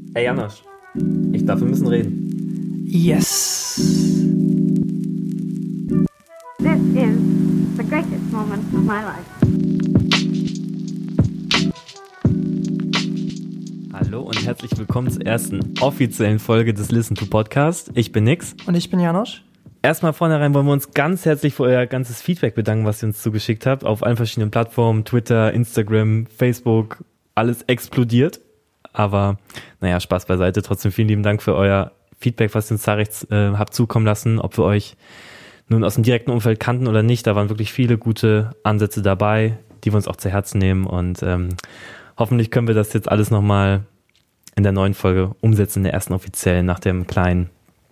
Hey Janosch, ich darf, wir müssen reden. Yes. This is the greatest moment of my life. Hallo und herzlich willkommen zur ersten offiziellen Folge des Listen to Podcast. Ich bin Nix. Und ich bin Janosch. Erstmal vornherein wollen wir uns ganz herzlich für euer ganzes Feedback bedanken, was ihr uns zugeschickt habt. Auf allen verschiedenen Plattformen, Twitter, Instagram, Facebook, alles explodiert. Aber naja, Spaß beiseite. Trotzdem vielen lieben Dank für euer Feedback, was ihr uns da habt zukommen lassen. Ob wir euch nun aus dem direkten Umfeld kannten oder nicht, da waren wirklich viele gute Ansätze dabei, die wir uns auch zu Herzen nehmen. Und hoffentlich können wir das jetzt alles nochmal in der neuen Folge umsetzen, in der ersten offiziellen. Nach der kleinen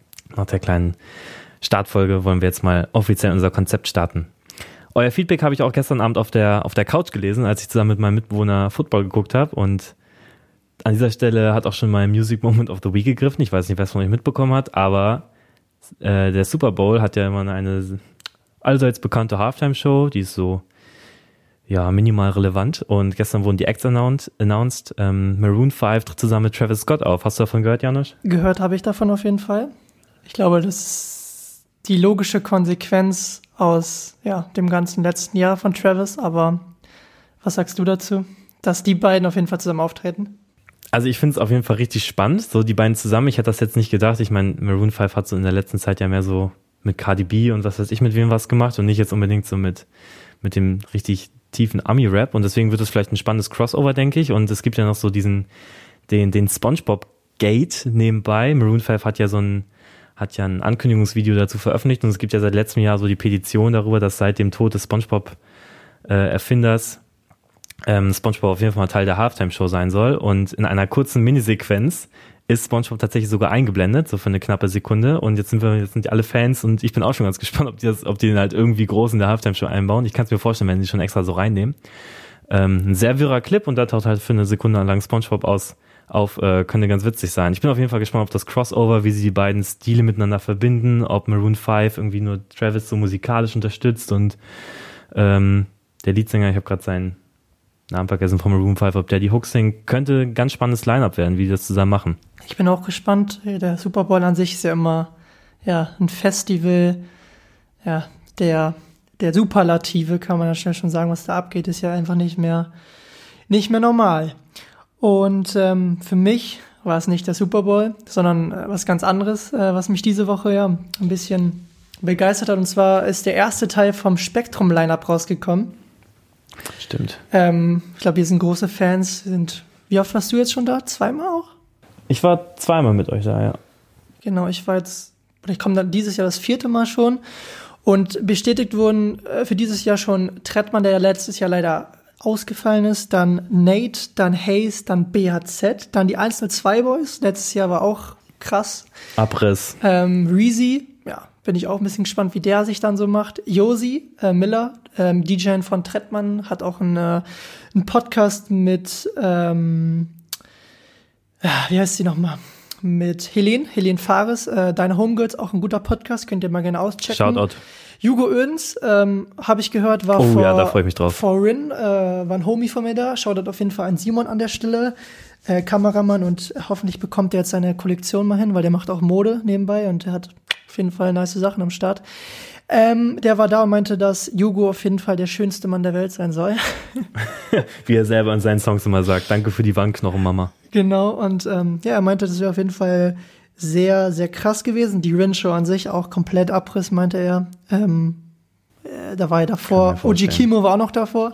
Startfolge wollen wir jetzt mal offiziell unser Konzept starten. Euer Feedback habe ich auch gestern Abend auf der Couch gelesen, als ich zusammen mit meinem Mitbewohner Football geguckt habe. Und an dieser Stelle hat auch schon mein Music Moment of the Week gegriffen. Ich weiß nicht, wer es von euch mitbekommen hat, aber der Super Bowl hat ja immer eine allseits bekannte Halftime-Show, die ist so minimal relevant. Und gestern wurden die Acts announced. Maroon 5 tritt zusammen mit Travis Scott auf. Hast du davon gehört, Janosch? Gehört habe ich davon auf jeden Fall. Ich glaube, das ist die logische Konsequenz aus dem ganzen letzten Jahr von Travis. Aber was sagst du dazu, dass die beiden auf jeden Fall zusammen auftreten? Also ich finde es auf jeden Fall richtig spannend, so die beiden zusammen. Ich hätte das jetzt nicht gedacht. Ich meine, Maroon 5 hat so in der letzten Zeit ja mehr so mit Cardi B und was weiß ich mit wem was gemacht und nicht jetzt unbedingt so mit dem richtig tiefen Ami-Rap. Und deswegen wird es vielleicht ein spannendes Crossover, denke ich. Und es gibt ja noch so den SpongeBob-Gate nebenbei. Maroon 5 hat ja ein Ankündigungsvideo dazu veröffentlicht und es gibt ja seit letztem Jahr so die Petition darüber, dass seit dem Tod des SpongeBob-Erfinders SpongeBob auf jeden Fall mal Teil der Halftime-Show sein soll. Und in einer kurzen Minisequenz ist SpongeBob tatsächlich sogar eingeblendet, so für eine knappe Sekunde. Und jetzt sind die alle Fans und ich bin auch schon ganz gespannt, ob die den halt irgendwie groß in der Halftime-Show einbauen. Ich kann es mir vorstellen, wenn die schon extra so reinnehmen. Ein sehr wirrer Clip und da taucht halt für eine Sekunde lang SpongeBob auf, könnte ganz witzig sein. Ich bin auf jeden Fall gespannt auf das Crossover, wie sie die beiden Stile miteinander verbinden, ob Maroon 5 irgendwie nur Travis so musikalisch unterstützt und der Leadsänger, ich habe gerade seinen Namen vergessen von Maroon 5, ob der die Hooks singt, könnte ein ganz spannendes Line-Up werden, wie die das zusammen machen. Ich bin auch gespannt. Der Super Bowl an sich ist ja immer ein Festival, der Superlative, kann man ja schnell schon sagen, was da abgeht, ist ja einfach nicht mehr normal. Und für mich war es nicht der Super Bowl, sondern was ganz anderes, was mich diese Woche ein bisschen begeistert hat. Und zwar ist der erste Teil vom Spektrum-Line-Up rausgekommen. Stimmt. Ich glaube, wir sind große Fans. Wie oft warst du jetzt schon da? Zweimal auch? Ich war zweimal mit euch da, ja. Genau, ich komme dann dieses Jahr das 4. Mal schon. Und bestätigt wurden für dieses Jahr schon Trettmann, der ja letztes Jahr leider ausgefallen ist, dann Nate, dann Hayes, dann BHZ, dann die 102 Boys. Letztes Jahr war auch krass. Abriss. Reezy, bin ich auch ein bisschen gespannt, wie der sich dann so macht. Josi Miller, DJ von Trettmann, hat auch einen Podcast mit, wie heißt sie nochmal? Mit Helene Fares, Deine Homegirls, auch ein guter Podcast, könnt ihr mal gerne auschecken. Shoutout. Hugo Oedens, habe ich gehört, war da freue ich mich drauf. Vor Rin, war ein Homie von mir da. Shoutout auf jeden Fall an Simon an der Stelle, Kameramann, und hoffentlich bekommt er jetzt seine Kollektion mal hin, weil der macht auch Mode nebenbei und der hat auf jeden Fall nice Sachen am Start. Der war da und meinte, dass Hugo auf jeden Fall der schönste Mann der Welt sein soll. Wie er selber in seinen Songs immer sagt, danke für die Wangenknochen, Mama. Genau, und er meinte, das wäre auf jeden Fall sehr, sehr krass gewesen. Die Rin-Show an sich auch komplett Abriss, meinte er. Da war er davor. OG Kimo war auch noch davor.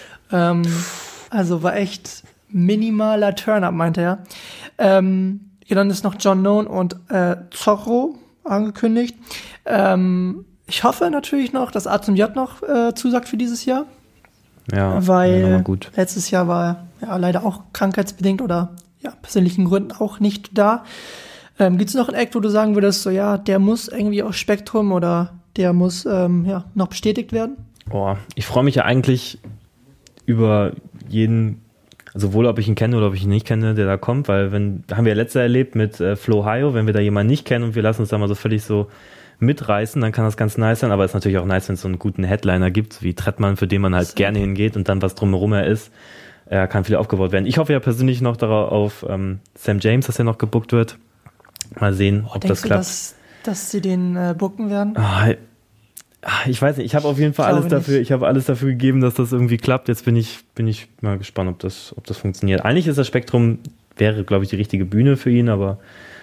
Also war echt minimaler Turn-Up, meinte er. Dann ist noch John Known und Zorro angekündigt. Ich hoffe natürlich noch, dass A zum J noch zusagt für dieses Jahr. Ja, weil gut. Letztes Jahr war er leider auch krankheitsbedingt oder persönlichen Gründen auch nicht da. Gibt es noch einen Act, wo du sagen würdest, so der muss irgendwie auf Spektrum oder der muss noch bestätigt werden? Ich freue mich ja eigentlich über jeden, also sowohl ob ich ihn kenne oder ob ich ihn nicht kenne, der da kommt, weil haben wir ja letztes Jahr erlebt mit Flo Hayo, wenn wir da jemanden nicht kennen und wir lassen uns da mal so völlig so mitreißen, dann kann das ganz nice sein, aber es ist natürlich auch nice, wenn es so einen guten Headliner gibt, wie Trettmann, für den man halt gerne hingeht und dann was drumherum ist, kann viel aufgebaut werden. Ich hoffe ja persönlich noch darauf auf Sam James, dass er noch gebookt wird. Mal sehen, ob das klappt. Dass sie den booken werden? Ich weiß nicht, ich habe auf jeden Fall alles dafür, ich habe alles dafür gegeben, dass das irgendwie klappt. Jetzt bin ich mal gespannt, ob das funktioniert. Eigentlich ist das Spektrum, wäre, glaube ich, die richtige Bühne für ihn, aber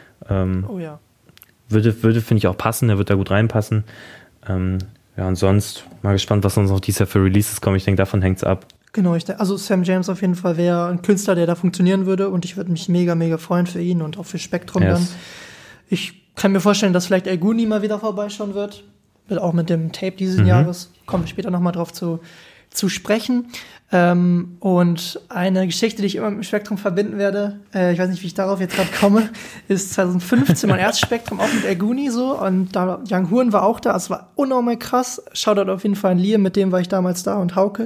würde finde ich auch passen, er wird da gut reinpassen. Und sonst mal gespannt, was sonst noch dieses Jahr für Releases kommen. Ich denke, davon hängt es ab. Genau, also Sam James auf jeden Fall wäre ein Künstler, der da funktionieren würde und ich würde mich mega, mega freuen für ihn und auch für Spektrum dann. Ich kann mir vorstellen, dass vielleicht El Guni mal wieder vorbeischauen wird. Auch mit dem Tape dieses Jahres. Kommen wir später nochmal drauf zu sprechen. Und eine Geschichte, die ich immer mit dem Spektrum verbinden werde, ich weiß nicht, wie ich darauf jetzt gerade komme, ist 2015 mein erstes Spektrum, auch mit El Guni so. Und da Young Horn war auch da. Es war unnormal krass. Shoutout auf jeden Fall an Liam, mit dem war ich damals da und Hauke.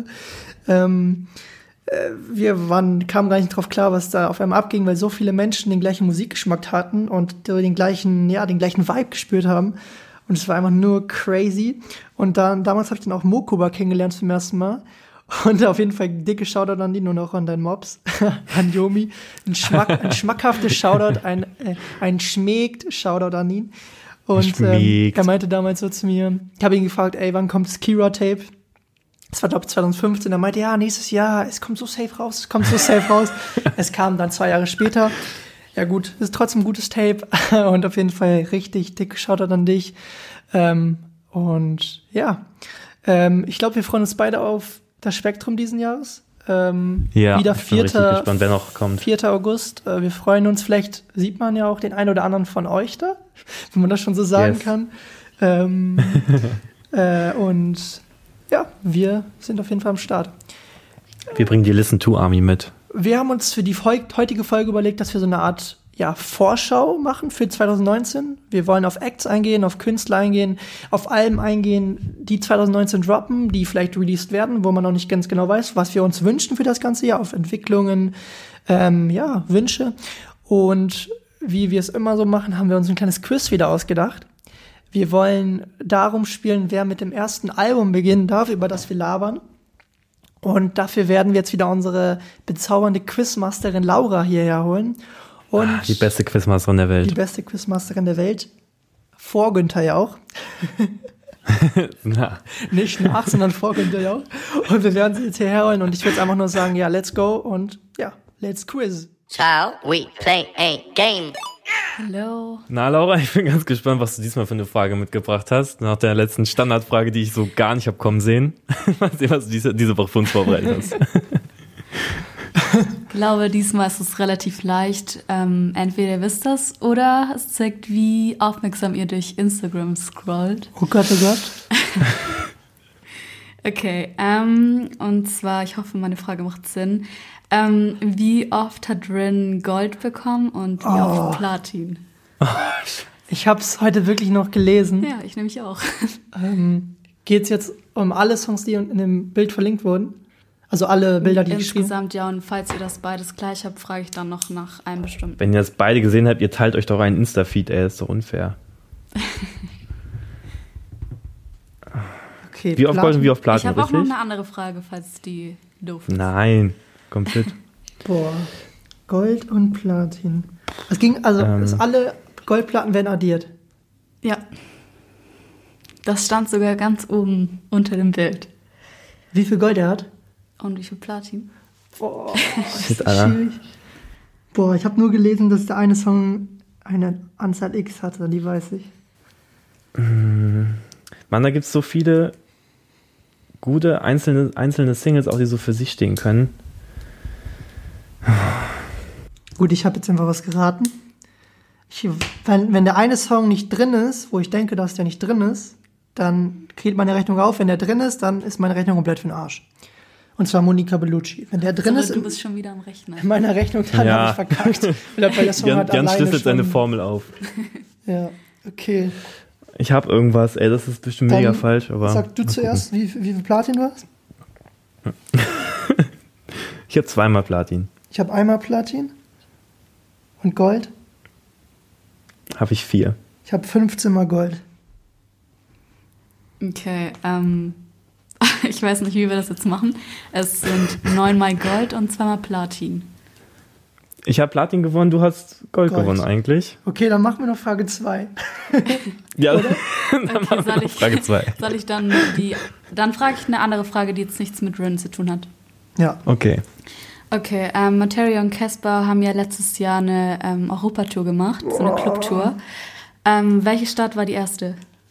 Wir kamen gar nicht drauf klar, was da auf einmal abging, weil so viele Menschen den gleichen Musikgeschmack hatten und den gleichen Vibe gespürt haben. Und es war einfach nur crazy. Und damals habe ich dann auch Mokuba kennengelernt zum ersten Mal. Und auf jeden Fall dicke Shoutout an ihn und auch an deinen Mobs, an Yomi. Ein schmackhaftes Shoutout, ein schmägt Shoutout an ihn. Und er meinte damals so zu mir, ich habe ihn gefragt, ey, wann kommt das Kira-Tape? Das war, glaube ich, 2015. Er meinte, ja, nächstes Jahr, es kommt so safe raus. Es kam dann 2 Jahre später. Ja gut, ist trotzdem ein gutes Tape und auf jeden Fall richtig dick Shoutout an dich. Ich glaube, wir freuen uns beide auf das Spektrum diesen Jahres. Wieder 4. Gespannt, wer noch kommt. 4. August. Wir freuen uns, vielleicht sieht man ja auch den einen oder anderen von euch da, wenn man das schon so sagen kann. Und ja, wir sind auf jeden Fall am Start. Wir bringen die Listen-to-Army mit. Wir haben uns für die heutige Folge überlegt, dass wir so eine Art Vorschau machen für 2019. Wir wollen auf Acts eingehen, auf Künstler eingehen, auf Alben eingehen, die 2019 droppen, die vielleicht released werden, wo man noch nicht ganz genau weiß, was wir uns wünschen für das ganze Jahr, auf Entwicklungen, Wünsche. Und wie wir es immer so machen, haben wir uns ein kleines Quiz wieder ausgedacht. Wir wollen darum spielen, wer mit dem ersten Album beginnen darf, über das wir labern. Und dafür werden wir jetzt wieder unsere bezaubernde Quizmasterin Laura hierher holen. Und die beste Quizmasterin der Welt. Die beste Quizmasterin der Welt. Vor Günther ja auch. Nicht nach, sondern vor Günther ja auch. Und wir werden sie jetzt hierher holen. Und ich würde einfach nur sagen, ja, let's go und ja, let's quiz. Shall we play a game? Hallo. Na, Laura, ich bin ganz gespannt, was du diesmal für eine Frage mitgebracht hast. Nach der letzten Standardfrage, die ich so gar nicht habe kommen sehen. Mal sehen, was du diese Woche für uns vorbereitet hast. Ich glaube, diesmal ist es relativ leicht. Entweder ihr wisst das oder es zeigt, wie aufmerksam ihr durch Instagram scrollt. Oh Gott, oh Gott. Okay, und zwar, ich hoffe, meine Frage macht Sinn. Wie oft hat Rin Gold bekommen und wie oft Platin? Ich habe es heute wirklich noch gelesen. Ja, ich nämlich auch. Geht es jetzt um alle Songs, die in dem Bild verlinkt wurden? Also alle Bilder, die geschrieben? Insgesamt, ja. Und falls ihr das beides gleich habt, frage ich dann noch nach einem bestimmten. Wenn ihr das beide gesehen habt, ihr teilt euch doch einen Insta-Feed, ey, ist doch unfair. Okay, wie oft Gold und wie oft Platin, ich habe auch noch richtig? eine andere Frage, falls die doof ist. Nein, komplett. Boah, Gold und Platin. Es ging, also alle Goldplatten werden addiert. Ja. Das stand sogar ganz oben unter dem Bild. Wie viel Gold er hat? Und wie viel Platin? Boah, das ist schwierig. Boah, ich habe nur gelesen, dass der eine Song eine Anzahl X hatte, die weiß ich. Mann, da gibt es so viele gute einzelne Singles, auch die so für sich stehen können. Gut, ich habe jetzt einfach was geraten. Wenn der eine Song nicht drin ist, wo ich denke, dass der nicht drin ist, dann kriegt meine Rechnung auf. Wenn der drin ist, dann ist meine Rechnung komplett für den Arsch. Und zwar Monica Bellucci. Wenn der drin ist, du bist schon wieder am Rechnen. In meiner Rechnung, dann habe ich verkackt. Weil der Song hat Jan alleine schlüsselt schon seine Formel auf. Ja, okay. Ich habe irgendwas, ey, das ist bestimmt mega falsch, aber... Sag du zuerst, wie viel Platin du hast? Ich habe 2-mal Platin. Ich habe 1-mal Platin. Und Gold? Habe ich 4. Ich habe 15-mal Gold. Okay, Ich weiß nicht, wie wir das jetzt machen. Es sind 9-mal Gold und 2-mal Platin. Ich habe Platin gewonnen, du hast Gold gewonnen eigentlich. Okay, dann machen wir noch Frage 2. Ja, Okay, Frage 2. Soll ich dann dann frage ich eine andere Frage, die jetzt nichts mit Rin zu tun hat. Ja. Okay. Okay, Materia und Casper haben ja letztes Jahr eine Europatour gemacht, so eine Clubtour. Welche Stadt war die erste?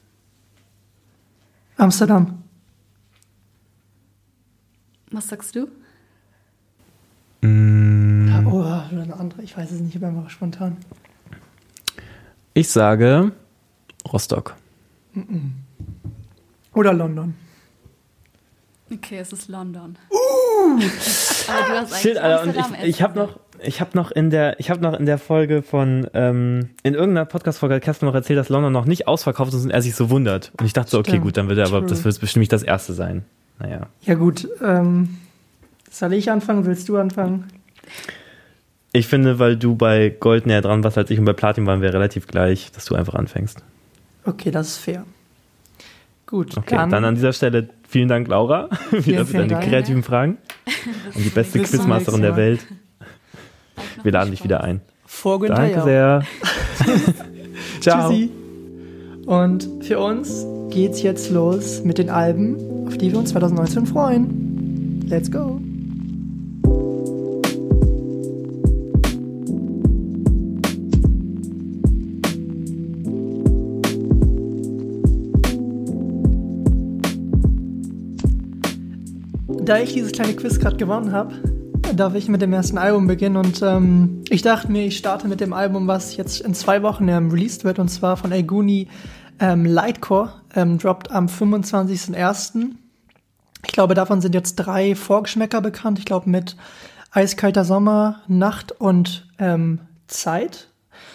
Amsterdam. Was sagst du? Oder eine andere, ich weiß es nicht, ich bin einfach spontan. Ich sage Rostock. Oder London. Okay, es ist London. Aber du hast eigentlich Shit, Alter, und Amsterdam ich habe noch in der Folge von, in irgendeiner Podcast-Folge hat Casper noch erzählt, dass London noch nicht ausverkauft ist und er sich so wundert. Und ich dachte so, okay, Stimmt, gut, dann wird er aber, true. das wird bestimmt nicht das erste sein. Naja. Ja gut, soll ich anfangen? Willst du anfangen? Ich finde, weil du bei Gold näher dran warst als ich und bei Platin waren wir relativ gleich, dass du einfach anfängst. Okay, das ist fair. Gut, Okay, dann an dieser Stelle vielen Dank, Laura, wieder für vielen deine Dank. kreativen Fragen. Und die beste Bis zum Quizmasterin der nächsten Welt. Wir laden dich wieder ein. Vor Günther Danke Jauch. sehr. Ciao. Tschüssi. Und für uns geht's jetzt los mit den Alben, auf die wir uns 2019 freuen. Let's go. Da ich dieses kleine Quiz gerade gewonnen habe, darf ich mit dem ersten Album beginnen. Und ich dachte mir, ich starte mit dem Album, was jetzt in 2 Wochen released wird. Und zwar von Elguni Lightcore. Droppt am 25.01. Ich glaube, davon sind jetzt 3 Vorgeschmäcker bekannt. Ich glaube, mit Eiskalter Sommer, Nacht und Zeit.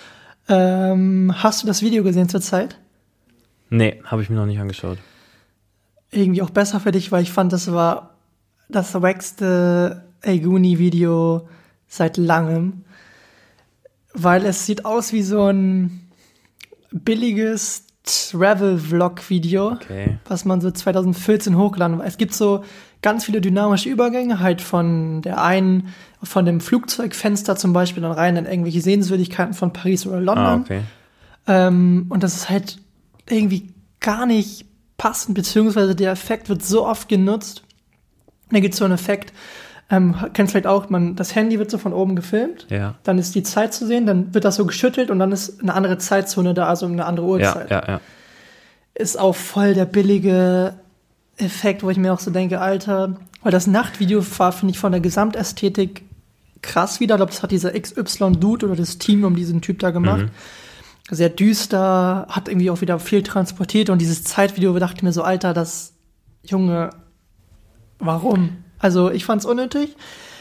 Hast du das Video gesehen zur Zeit? Nee, habe ich mir noch nicht angeschaut. Irgendwie auch besser für dich, weil ich fand, das war das wackste Elguni-Video seit langem. Weil es sieht aus wie so ein billiges Travel-Vlog-Video, was man so 2014 hochgeladen hat. Es gibt so ganz viele dynamische Übergänge, halt von dem Flugzeugfenster zum Beispiel dann rein in irgendwelche Sehenswürdigkeiten von Paris oder London. Und das ist halt irgendwie gar nicht passend, beziehungsweise der Effekt wird so oft genutzt. Da gibt es so einen Effekt, kennst vielleicht auch, das Handy wird so von oben gefilmt, dann ist die Zeit zu sehen, dann wird das so geschüttelt und dann ist eine andere Zeitzone da, also eine andere Uhrzeit. Ja. Ist auch voll der billige Effekt, wo ich mir auch so denke, Alter, weil das Nachtvideo war, finde ich, von der Gesamtästhetik krass wieder. Ich glaube, das hat dieser XY-Dude oder das Team um diesen Typ da gemacht. Sehr düster, hat irgendwie auch wieder viel transportiert und dieses Zeitvideo, dachte ich mir so, Alter, das Junge, warum? Also ich fand's unnötig,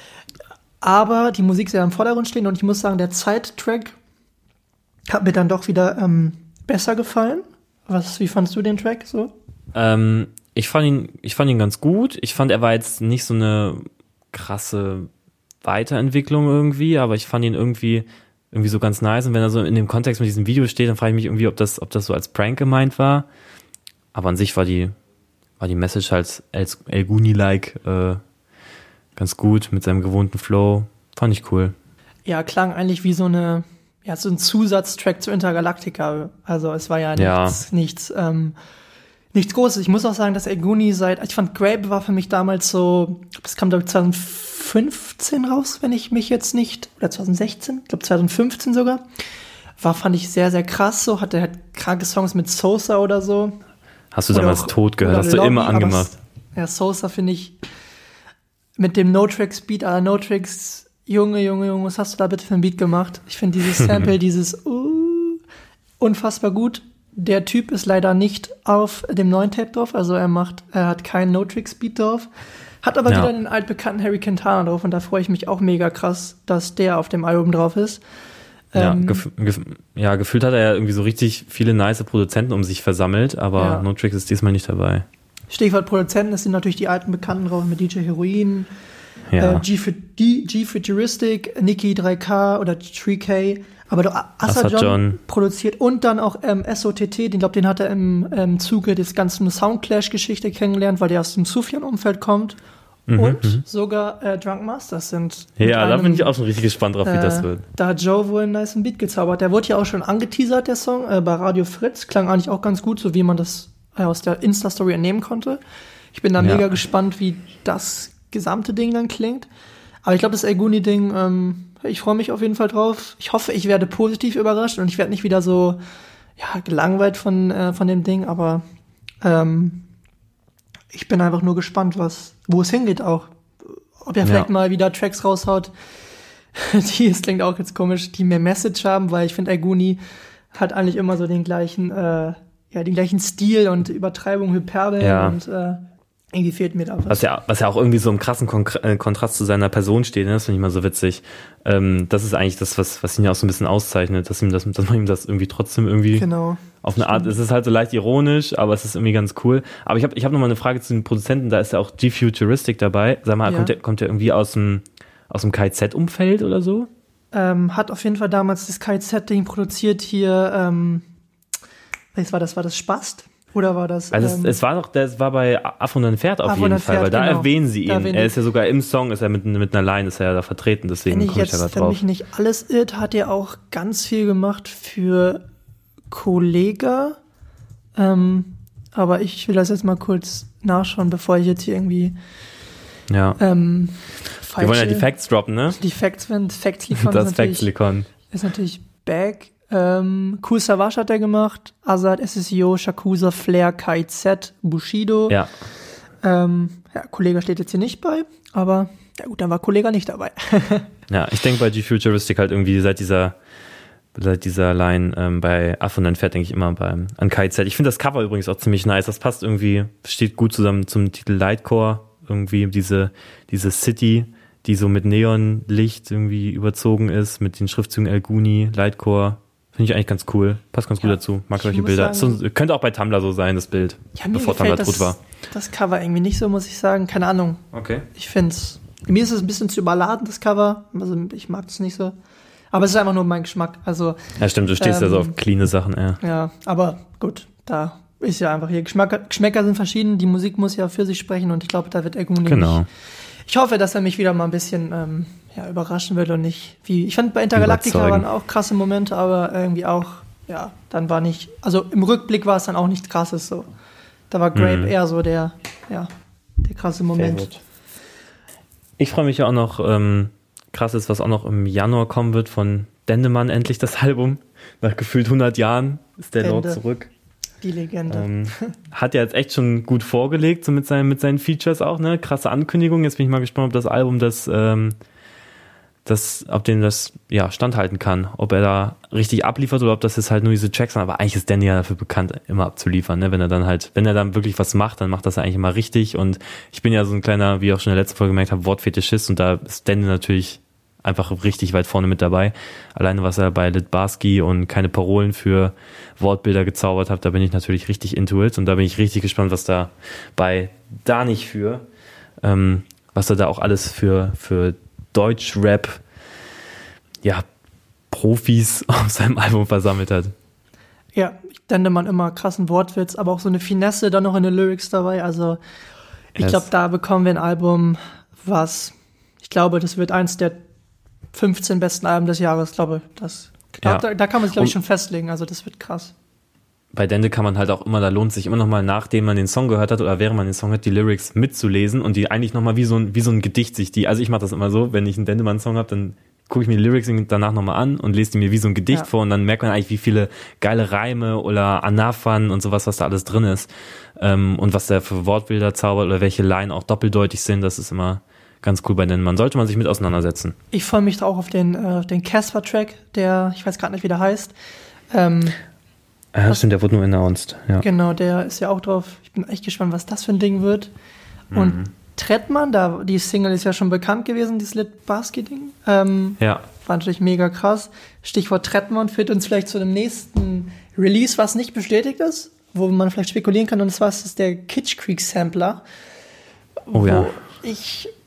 aber die Musik sehr im Vordergrund stehen und ich muss sagen, der Zeittrack hat mir dann doch wieder besser gefallen. Wie fandst du den Track so? Ich fand ihn ganz gut. Ich fand, er war jetzt nicht so eine krasse Weiterentwicklung irgendwie, aber ich fand ihn irgendwie so ganz nice. Und wenn er so in dem Kontext mit diesem Video steht, dann frage ich mich irgendwie, ob das so als Prank gemeint war. Aber an sich war die Message halt als Elguni-like ganz gut mit seinem gewohnten Flow. Fand ich cool. Ja, klang eigentlich wie so ein Zusatztrack zu Intergalactica. Also es war ja nichts Großes. Ich muss auch sagen, dass Elguni ich fand Grape war für mich damals so, das kam glaube ich 2015 raus, wenn ich mich jetzt nicht, oder 2016, ich glaube 2015 sogar. Fand ich sehr, sehr krass so, hatte halt kranke Songs mit Sosa oder so. Hast du damals tot gehört, hast du immer angemacht. Sosa finde ich mit dem No-Tracks-Beat, No-Tracks, Junge, was hast du da bitte für ein Beat gemacht? Ich finde dieses Sample, unfassbar gut. Der Typ ist leider nicht auf dem neuen Tape drauf, also er hat keinen No-Tracks-Beat drauf, hat aber wieder den altbekannten Harry Quintana drauf und da freue ich mich auch mega krass, dass der auf dem Album drauf ist. Gefühlt hat er ja irgendwie so richtig viele nice Produzenten um sich versammelt, aber No-Tracks ist diesmal nicht dabei. Stichwort Produzenten, das sind natürlich die alten Bekannten drauf mit DJ Heroin, Ja. G-Futuristic, Nicki 3K oder 3K, aber doch Assa John produziert und dann auch SOTT, den hat er im Zuge des ganzen Soundclash-Geschichte kennengelernt, weil der aus dem Sufjan-Umfeld kommt. Und sogar Drunk Masters sind. Ja, da bin ich auch schon richtig gespannt drauf, wie das wird. Da hat Joe wohl einen nice Beat gezaubert. Der wurde ja auch schon angeteasert, der Song, bei Radio Fritz. Klang eigentlich auch ganz gut, so wie man das aus der Insta-Story entnehmen konnte. Ich bin da mega gespannt, wie das gesamte Ding dann klingt. Aber ich glaube, das Elguni-Ding, ich freue mich auf jeden Fall drauf. Ich hoffe, ich werde positiv überrascht und ich werde nicht wieder so gelangweilt von dem Ding, aber ich bin einfach nur gespannt, wo es hingeht auch. Ob er vielleicht mal wieder Tracks raushaut, es klingt auch jetzt komisch, die mehr Message haben, weil ich finde, Elguni hat eigentlich immer so den gleichen Stil und Übertreibung, Hyperbel und irgendwie fehlt mir da was. Was ja auch irgendwie so im krassen Kontrast zu seiner Person steht, ne? Das finde ich mal so witzig. Das ist eigentlich das, was ihn ja auch so ein bisschen auszeichnet, dass man ihm das irgendwie trotzdem irgendwie auf eine Art, es ist halt so leicht ironisch, aber es ist irgendwie ganz cool. Aber ich hab noch mal eine Frage zu den Produzenten, da ist ja auch G-Futuristic dabei. Sag mal, kommt der irgendwie aus dem KZ-Umfeld oder so? Hat auf jeden Fall damals das KZ-Ding produziert hier, war das Spast? Oder war das? Also es war bei Afro und ein Pferd auf jeden Fall, weil da erwähnen sie ihn. Er ist ja sogar im Song, ist er mit einer Line, ist er ja da vertreten, deswegen komme ich da gerade drauf. Wenn mich nicht alles irrt, hat er auch ganz viel gemacht für Kollega. Aber ich will das jetzt mal kurz nachschauen, bevor ich jetzt hier irgendwie wir wollen ja die Facts droppen, ne? Die Facts liefern. Das Facts-Likon. Ist natürlich back. Kool Savas hat er gemacht, Azad, SSIO, Shakusa, Flair, KIZ, Bushido. Ja. Kollega steht jetzt hier nicht bei, aber ja gut, dann war Kollega nicht dabei. Ja, ich denke bei G-Futuristic halt irgendwie seit dieser Line bei Afro und ein Pferd denke ich immer an KIZ. Ich finde das Cover übrigens auch ziemlich nice, das passt irgendwie, steht gut zusammen zum Titel Lightcore, irgendwie diese City, die so mit Neonlicht irgendwie überzogen ist, mit den Schriftzügen Elguni, Lightcore. Finde ich eigentlich ganz cool. Passt ganz gut dazu. Mag solche Bilder. Könnte auch bei Tumblr so sein, das Bild. Ja, bevor Tumblr tot war. Das Cover irgendwie nicht so, muss ich sagen. Keine Ahnung. Okay. Ich finde es, mir ist es ein bisschen zu überladen, das Cover. Also ich mag es nicht so. Aber es ist einfach nur mein Geschmack. Also, ja, stimmt, du stehst ja so auf cleane Sachen, ja. Ja, aber gut, da ist ja einfach hier Geschmäcker sind verschieden. Die Musik muss ja für sich sprechen und ich glaube, da wird Elguni nicht. Ich hoffe, dass er mich wieder mal ein bisschen überraschen wird und nicht wie. Ich fand bei Intergalactica waren auch krasse Momente, aber irgendwie auch, dann war nicht. Also im Rückblick war es dann auch nichts Krasses so. Da war Grape eher so der krasse Moment. Ich freue mich ja auch noch, krass ist, was auch noch im Januar kommen wird von Dendemann, endlich das Album. Nach gefühlt 100 Jahren ist der Lord zurück. Die Legende. Hat ja jetzt echt schon gut vorgelegt, so mit seinen Features auch, ne? Krasse Ankündigung. Jetzt bin ich mal gespannt, ob das Album ob dem das standhalten kann. Ob er da richtig abliefert oder ob das jetzt halt nur diese Tracks sind. Aber eigentlich ist Danny ja dafür bekannt, immer abzuliefern, ne? Wenn er dann wirklich was macht, dann macht das eigentlich immer richtig. Und ich bin ja so ein kleiner, wie ich auch schon in der letzten Folge gemerkt habe, Wortfetischist. Und da ist Danny natürlich einfach richtig weit vorne mit dabei. Alleine, was er bei Litbarski und keine Parolen für Wortbilder gezaubert hat, da bin ich natürlich richtig into it und da bin ich richtig gespannt, was da bei Danich was er da auch alles für Deutsch-Rap, Profis auf seinem Album versammelt hat. Ja, ich denke man immer krassen Wortwitz, aber auch so eine Finesse dann noch in den Lyrics dabei. Also ich glaube, da bekommen wir ein Album, ich glaube, das wird eins der 15 besten Alben des Jahres, glaube ich. Da kann man sich, glaube ich, schon festlegen. Also das wird krass. Bei Dende kann man halt auch immer, da lohnt sich immer noch mal, nachdem man den Song gehört hat oder während man den Song hört, die Lyrics mitzulesen und die eigentlich noch mal wie so ein Gedicht also ich mache das immer so, wenn ich einen Dendemann-Song habe, dann gucke ich mir die Lyrics danach noch mal an und lese die mir wie so ein Gedicht vor und dann merkt man eigentlich, wie viele geile Reime oder Anaphern und sowas, was da alles drin ist und was der für Wortbilder zaubert oder welche Line auch doppeldeutig sind, das ist immer ganz cool bei denen. Sollte man sich mit auseinandersetzen. Ich freue mich auch auf den Casper-Track, der, ich weiß gerade nicht, wie der heißt. Stimmt, der wurde nur announced. Ja. Genau, der ist ja auch drauf. Ich bin echt gespannt, was das für ein Ding wird. Und Trettmann, die Single ist ja schon bekannt gewesen, dieses Litbarski-Ding. War natürlich mega krass. Stichwort Trettmann führt uns vielleicht zu dem nächsten Release, was nicht bestätigt ist, wo man vielleicht spekulieren kann. Und zwar ist es der Kitsch Creek Sampler. Oh ja. Ich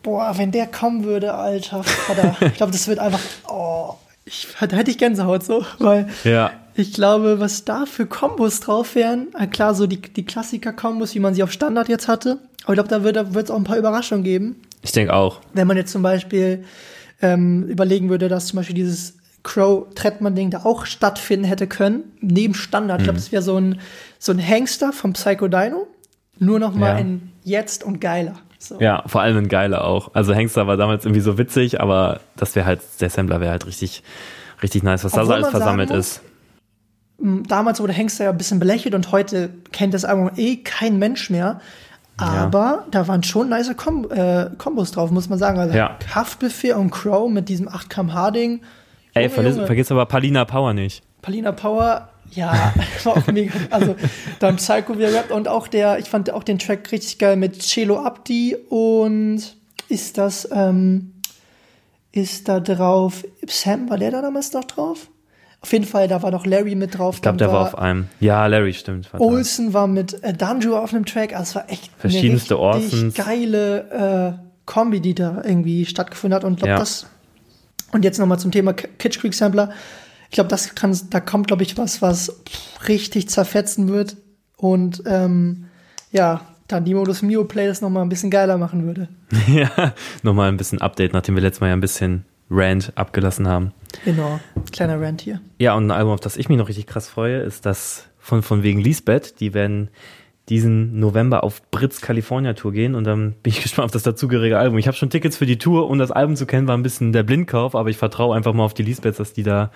Boah, wenn der kommen würde, Alter, Vater. Ich glaube, das wird einfach, da hätte ich Gänsehaut so, weil ich glaube, was da für Kombos drauf wären, klar, so die Klassiker-Kombos, wie man sie auf Standard jetzt hatte, aber ich glaube, da wird es auch ein paar Überraschungen geben. Ich denke auch. Wenn man jetzt zum Beispiel überlegen würde, dass zum Beispiel dieses Crow-Trettmann-Ding da auch stattfinden hätte können, neben Standard. Ich glaube, das wäre so ein Hangster vom Psycho Dino, nur noch mal in jetzt und geiler. So. Ja, vor allem ein geiler auch. Also Hangster war damals irgendwie so witzig, aber das wäre halt, der Sampler wäre halt richtig, richtig nice, was da so alles versammelt ist. Damals wurde Hangster ja ein bisschen belächelt und heute kennt das Album kein Mensch mehr. Aber da waren schon nice Kombos drauf, muss man sagen. Also Haftbefehl und Crow mit diesem 8 km/h-Ding. Ey, vergiss aber Palina Power nicht. Palina Power, ja, war auch mega. Also dann Psycho, wie er rappt und auch ich fand auch den Track richtig geil mit Celo Abdi und ist da drauf, Sam, war der da damals noch drauf? Auf jeden Fall, da war doch Larry mit drauf. Ich glaube, der war auf einem. Ja, Larry, stimmt. Olsen war mit Danjo auf einem Track. Also es war echt verschiedenste eine richtig geile Kombi, die da irgendwie stattgefunden hat. Und glaube, das. Und jetzt nochmal zum Thema Kitsch Creek Sampler. Ich glaube, da kommt, glaube ich, was richtig zerfetzen wird. Und dann die Modus Mio Playlist nochmal ein bisschen geiler machen würde. Ja, nochmal ein bisschen Update, nachdem wir letztes Mal ja ein bisschen Rant abgelassen haben. Genau, kleiner Rant hier. Ja, und ein Album, auf das ich mich noch richtig krass freue, ist das von wegen Lisbeth. Die werden diesen November auf Brits California Tour gehen und dann bin ich gespannt auf das dazugehörige Album. Ich habe schon Tickets für die Tour und das Album zu kennen war ein bisschen der Blindkauf, aber ich vertraue einfach mal auf die Lisbeths, dass die da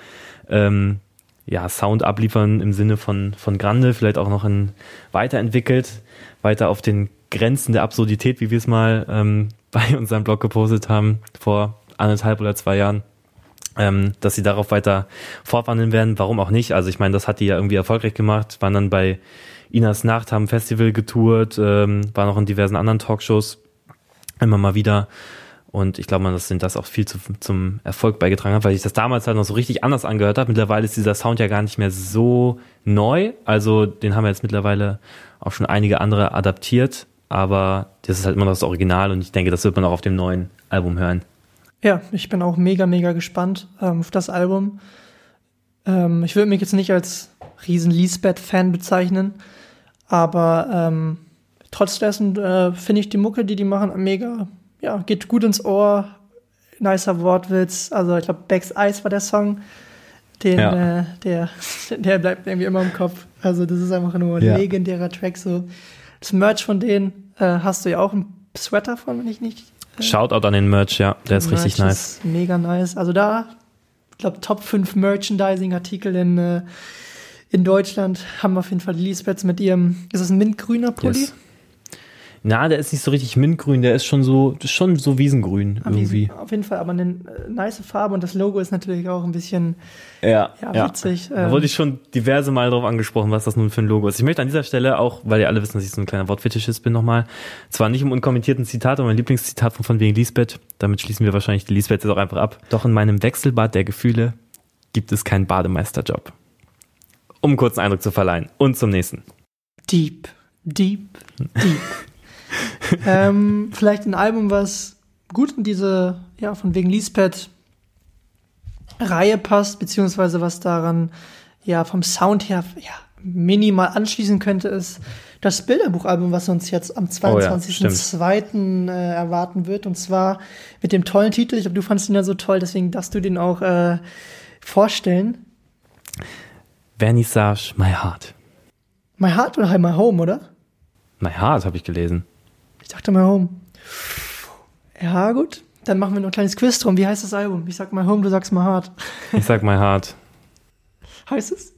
Sound abliefern im Sinne von Grande, vielleicht auch noch weiterentwickelt, weiter auf den Grenzen der Absurdität, wie wir es mal bei unserem Blog gepostet haben vor 1,5 oder 2 Jahren, dass sie darauf weiter fortwandeln werden. Warum auch nicht? Also ich meine, das hat die ja irgendwie erfolgreich gemacht, waren dann bei Inas Nacht, haben ein Festival getourt, waren auch in diversen anderen Talkshows immer mal wieder. Und ich glaube, dass das auch viel zum Erfolg beigetragen hat, weil ich das damals halt noch so richtig anders angehört habe. Mittlerweile ist dieser Sound ja gar nicht mehr so neu. Also den haben wir jetzt mittlerweile auch schon einige andere adaptiert. Aber das ist halt immer noch das Original und ich denke, das wird man auch auf dem neuen Album hören. Ja, ich bin auch mega, mega gespannt auf das Album. Ich würde mich jetzt nicht als riesen Lisbeth-Fan bezeichnen, aber trotz dessen finde ich die Mucke, die machen, mega, geht gut ins Ohr, nicer Wortwitz. Also ich glaube, Becks Eyes war der Song, der bleibt irgendwie immer im Kopf. Also das ist einfach nur ein legendärer Track. So. Das Merch von denen hast du ja auch einen Sweater von, wenn ich nicht... Shoutout an den Merch, ja, der ist richtig nice. Ist mega nice. Also da, ich glaube, Top 5 Merchandising-Artikel in Deutschland haben auf jeden Fall die Lisbeths mit ihrem, ist das ein mintgrüner Pulli? Yes. Na, der ist nicht so richtig mintgrün, der ist schon so wiesengrün irgendwie. Auf jeden Fall, aber eine nice Farbe und das Logo ist natürlich auch ein bisschen witzig. Da wurde ich schon diverse Mal drauf angesprochen, was das nun für ein Logo ist. Ich möchte an dieser Stelle auch, weil ihr alle wissen, dass ich so ein kleiner Wortfetischist bin nochmal, zwar nicht im unkommentierten Zitat, aber mein Lieblingszitat von wegen Lisbeth, damit schließen wir wahrscheinlich die Lisbeth jetzt auch einfach ab. Doch in meinem Wechselbad der Gefühle gibt es keinen Bademeisterjob. Um einen kurzen Eindruck zu verleihen. Und zum nächsten. Deep. Vielleicht ein Album, was gut in diese, von wegen Lisbeth Reihe passt, beziehungsweise was daran, vom Sound her, minimal anschließen könnte, ist das Bilderbuchalbum, was uns jetzt am 22.02. Erwarten wird. Und zwar mit dem tollen Titel. Ich glaube, du fandest ihn ja so toll, deswegen darfst du den auch vorstellen. Vernissage My Heart. My Heart oder My Home, oder? My Heart habe ich gelesen. Ich dachte My Home. Ja, gut. Dann machen wir noch ein kleines Quiz drum. Wie heißt das Album? Ich sag My Home, du sagst My Heart. Ich sag My Heart. Heißt es?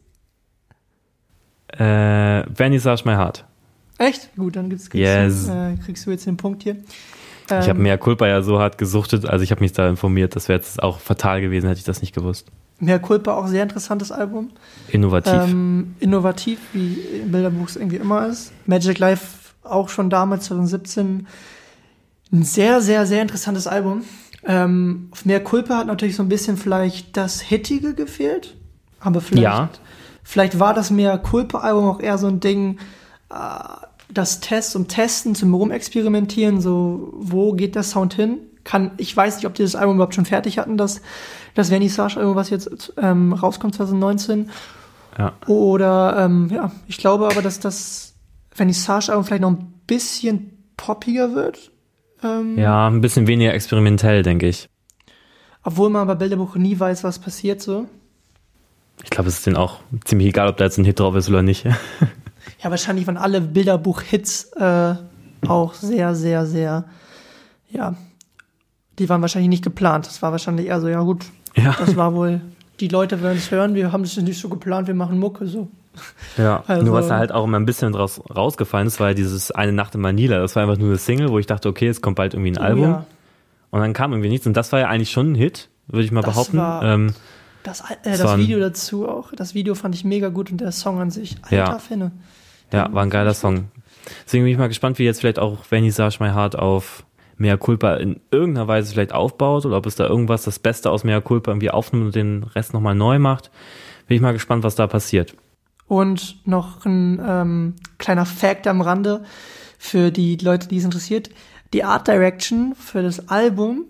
Vernissage My Heart. Echt? Gut, dann kriegst du jetzt den Punkt hier. Ich habe Mea Culpa ja so hart gesuchtet, also ich habe mich da informiert, das wäre jetzt auch fatal gewesen, hätte ich das nicht gewusst. Mea Culpa, auch sehr interessantes Album. Innovativ. Wie im Bilderbuch es irgendwie immer ist. Magic Life auch schon damals, 2017. Ein sehr, sehr, sehr interessantes Album. Auf Mea Culpa hat natürlich so ein bisschen vielleicht das Hittige gefehlt. Aber vielleicht war das Mea Culpa-Album auch eher so ein Ding, das Testen, zum Rumexperimentieren, so, wo geht der Sound hin? Ich weiß nicht, ob die das Album überhaupt schon fertig hatten, das Vernissage-Album, was jetzt rauskommt 2019. Ja. Oder, ich glaube aber, dass das Vernissage-Album vielleicht noch ein bisschen poppiger wird. Ja, ein bisschen weniger experimentell, denke ich. Obwohl man bei Bilderbuch nie weiß, was passiert so. Ich glaube, es ist denen auch ziemlich egal, ob da jetzt ein Hit drauf ist oder nicht. Ja, wahrscheinlich waren alle Bilderbuch-Hits auch sehr, sehr, sehr, ja, die waren wahrscheinlich nicht geplant. Das war wahrscheinlich eher so, ja gut, das war wohl, die Leute werden es hören, wir haben es nicht so geplant, wir machen Mucke, so. Ja, also, nur was da halt auch immer ein bisschen rausgefallen ist, war ja dieses Eine Nacht in Manila. Das war einfach nur eine Single, wo ich dachte, okay, es kommt bald irgendwie ein Album. Ja. Und dann kam irgendwie nichts. Und das war ja eigentlich schon ein Hit, würde ich mal behaupten. Das Video dazu auch. Das Video fand ich mega gut und der Song an sich. Alter Finne. Ja, war ein geiler Song. Deswegen bin ich mal gespannt, wie jetzt vielleicht auch Vernissage My Heart auf Mea Culpa in irgendeiner Weise vielleicht aufbaut oder ob es da irgendwas, das Beste aus Mea Culpa irgendwie aufnimmt und den Rest nochmal neu macht. Bin ich mal gespannt, was da passiert. Und noch ein kleiner Fact am Rande für die Leute, die es interessiert. Die Art Direction für das Album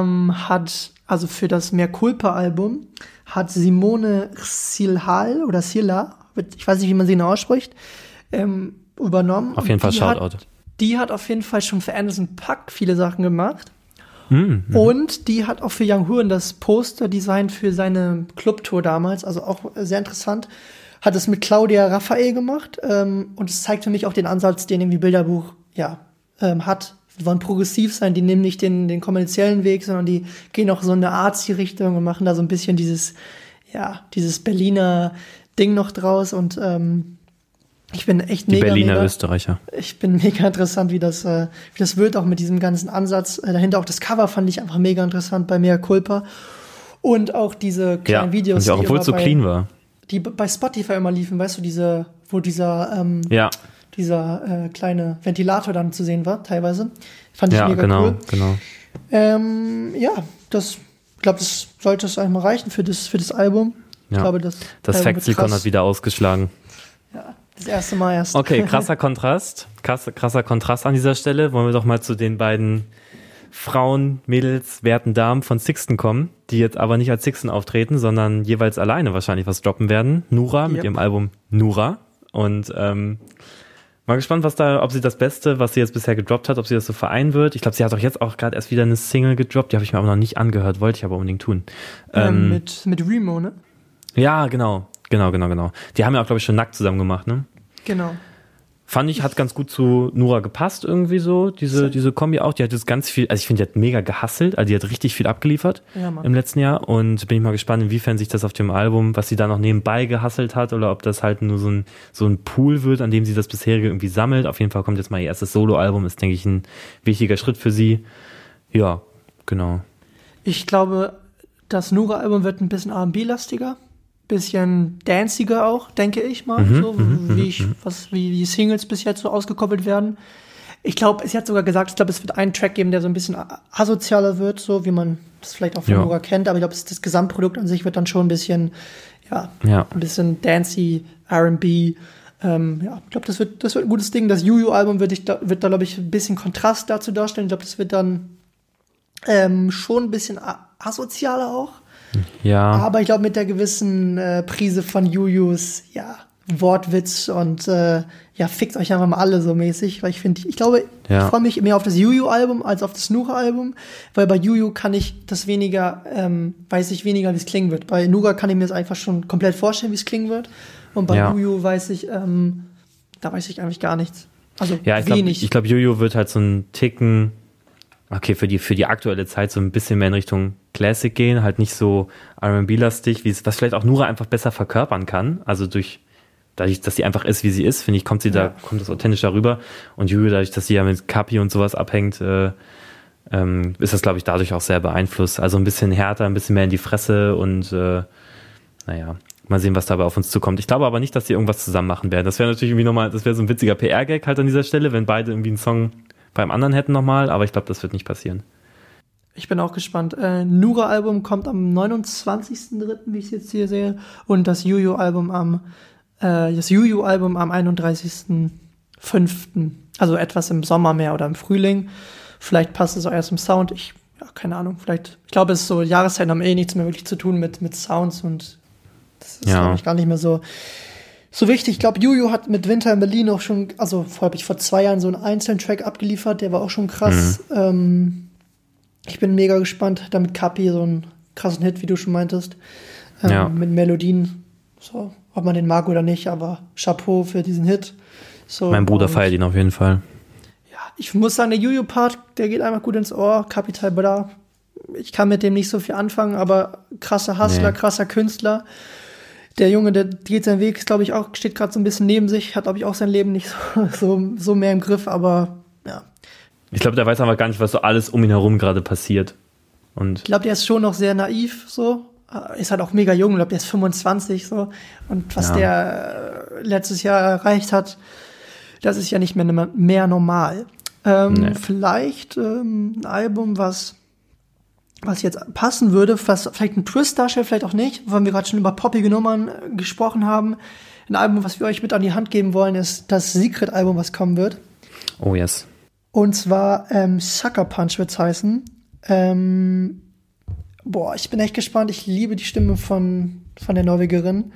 also für das Mea Culpa Album, hat Simone Silhal oder Silla, ich weiß nicht, wie man sie genau ausspricht, übernommen. Auf jeden Fall Shoutout. Die hat auf jeden Fall schon für Anderson .Paak viele Sachen gemacht. Und die hat auch für Young Huren das Poster designt für seine Clubtour damals, also auch sehr interessant. Hat es mit Claudia Raphael gemacht und es zeigt für mich auch den Ansatz, den irgendwie Bilderbuch hat. Die wollen progressiv sein, die nehmen nicht den kommerziellen Weg, sondern die gehen auch so in eine Artsy-Richtung und machen da so ein bisschen dieses Berliner Ding noch draus und ich bin echt mega. Die Berliner Österreicher. Ich bin mega interessant, wie das wird, auch mit diesem ganzen Ansatz dahinter. Auch das Cover fand ich einfach mega interessant bei Mea Culpa. Und auch diese kleinen Videos, und obwohl es so clean war. Die bei Spotify immer liefen, weißt du, wo dieser kleine Ventilator dann zu sehen war, teilweise. Fand ich mega cool. Genau. Ich glaube, das sollte es einmal reichen für das Album. Ja. Ich glaube, das Factsikon hat wieder ausgeschlagen. Ja, das erste Mal erst. Okay, krasser Kontrast an dieser Stelle. Wollen wir doch mal zu den beiden Frauen, Mädels, werten Damen von Sixten kommen, die jetzt aber nicht als Sixten auftreten, sondern jeweils alleine wahrscheinlich was droppen werden. Nura mit ihrem Album Nura. Und mal gespannt, ob sie das Beste, was sie jetzt bisher gedroppt hat, ob sie das so vereinen wird. Ich glaube, sie hat doch jetzt auch gerade erst wieder eine Single gedroppt, die habe ich mir aber noch nicht angehört, wollte ich aber unbedingt tun. Mit Remo, ne? Ja, genau. Die haben ja auch, glaube ich, schon nackt zusammen gemacht, ne? Genau. Fand ich, hat ganz gut zu Nura gepasst irgendwie so, diese Kombi auch. Die hat jetzt ganz viel, also ich finde, die hat mega gehustelt, also die hat richtig viel abgeliefert im letzten Jahr und bin ich mal gespannt, inwiefern sich das auf dem Album, was sie da noch nebenbei gehustelt hat oder ob das halt nur so ein Pool wird, an dem sie das bisherige irgendwie sammelt. Auf jeden Fall kommt jetzt mal ihr erstes Soloalbum, ist, denke ich, ein wichtiger Schritt für sie. Ja, genau. Ich glaube, das Nura-Album wird ein bisschen R&B-lastiger. Bisschen danciger auch, denke ich mal, wie die Singles bis jetzt so ausgekoppelt werden. Ich glaube, sie hat sogar gesagt, es wird einen Track geben, der so ein bisschen asozialer wird, so wie man das vielleicht auch von Nura kennt, aber ich glaube, das Gesamtprodukt an sich wird dann schon ein bisschen, ein bisschen dancy, R&B. Ich glaube, das wird ein gutes Ding. Das Juju-Album wird da, glaube ich, ein bisschen Kontrast dazu darstellen. Ich glaube, das wird dann schon ein bisschen asozialer auch. Ja. Aber ich glaube, mit der gewissen Prise von Jujus, Wortwitz und fickt euch einfach mal alle so mäßig, weil ich freue mich mehr auf das Juju-Album als auf das Nura-Album, weil bei Juju kann ich das weiß ich weniger, wie es klingen wird. Bei Nura kann ich mir das einfach schon komplett vorstellen, wie es klingen wird. Und bei Juju weiß ich, da weiß ich eigentlich gar nichts. Also wenig. Ich glaube, Juju wird halt so einen Ticken, okay, für die aktuelle Zeit so ein bisschen mehr in Richtung Classic gehen, halt nicht so R&B-lastig, was vielleicht auch Nura einfach besser verkörpern kann. Also dadurch, dass sie einfach ist, wie sie ist, finde ich, kommt das authentischer rüber. Und Juju, dadurch, dass sie ja mit Kapi und sowas abhängt, ist das, glaube ich, dadurch auch sehr beeinflusst. Also ein bisschen härter, ein bisschen mehr in die Fresse und mal sehen, was dabei auf uns zukommt. Ich glaube aber nicht, dass sie irgendwas zusammen machen werden. Das wäre natürlich irgendwie das wäre so ein witziger PR-Gag halt an dieser Stelle, wenn beide irgendwie einen Song beim anderen hätten nochmal, aber ich glaube, das wird nicht passieren. Ich bin auch gespannt. Nura-Album kommt am 29.03., wie ich es jetzt hier sehe, und das Juju-Album am 31. Also etwas im Sommer mehr oder im Frühling. Vielleicht passt es auch erst im Sound. Keine Ahnung. Ich glaube, es ist so, Jahreszeiten haben nichts mehr wirklich zu tun mit Sounds und das ist, glaube ich, gar nicht mehr so wichtig. Ich glaube, Juju hat mit Winter in Berlin auch schon, also vor 2 Jahren so einen einzelnen Track abgeliefert, der war auch schon krass. Ich bin mega gespannt. Damit Kapi so einen krassen Hit, wie du schon meintest. Mit Melodien. So, ob man den mag oder nicht, aber Chapeau für diesen Hit. So, mein Bruder feiert ihn auf jeden Fall. Ja, ich muss sagen, der Juju-Part, der geht einfach gut ins Ohr. Capital Bra. Ich kann mit dem nicht so viel anfangen, aber krasser Hustler, krasser Künstler. Der Junge, der geht seinen Weg, glaube ich, auch, steht gerade so ein bisschen neben sich, hat, glaube ich, auch sein Leben nicht so mehr im Griff, aber ja. Ich glaube, der weiß einfach gar nicht, was so alles um ihn herum gerade passiert. Und ich glaube, der ist schon noch sehr naiv, so. Ist halt auch mega jung, ich glaube, der ist 25, so. Und was der letztes Jahr erreicht hat, das ist ja nicht mehr normal. Vielleicht ein Album, was jetzt passen würde, was vielleicht ein Twist darstellt, vielleicht auch nicht, weil wir gerade schon über poppige Nummern gesprochen haben. Ein Album, was wir euch mit an die Hand geben wollen, ist das Secret-Album, was kommen wird. Oh yes. Und zwar Sucker Punch wird's heißen. Ich bin echt gespannt. Ich liebe die Stimme von der Norwegerin.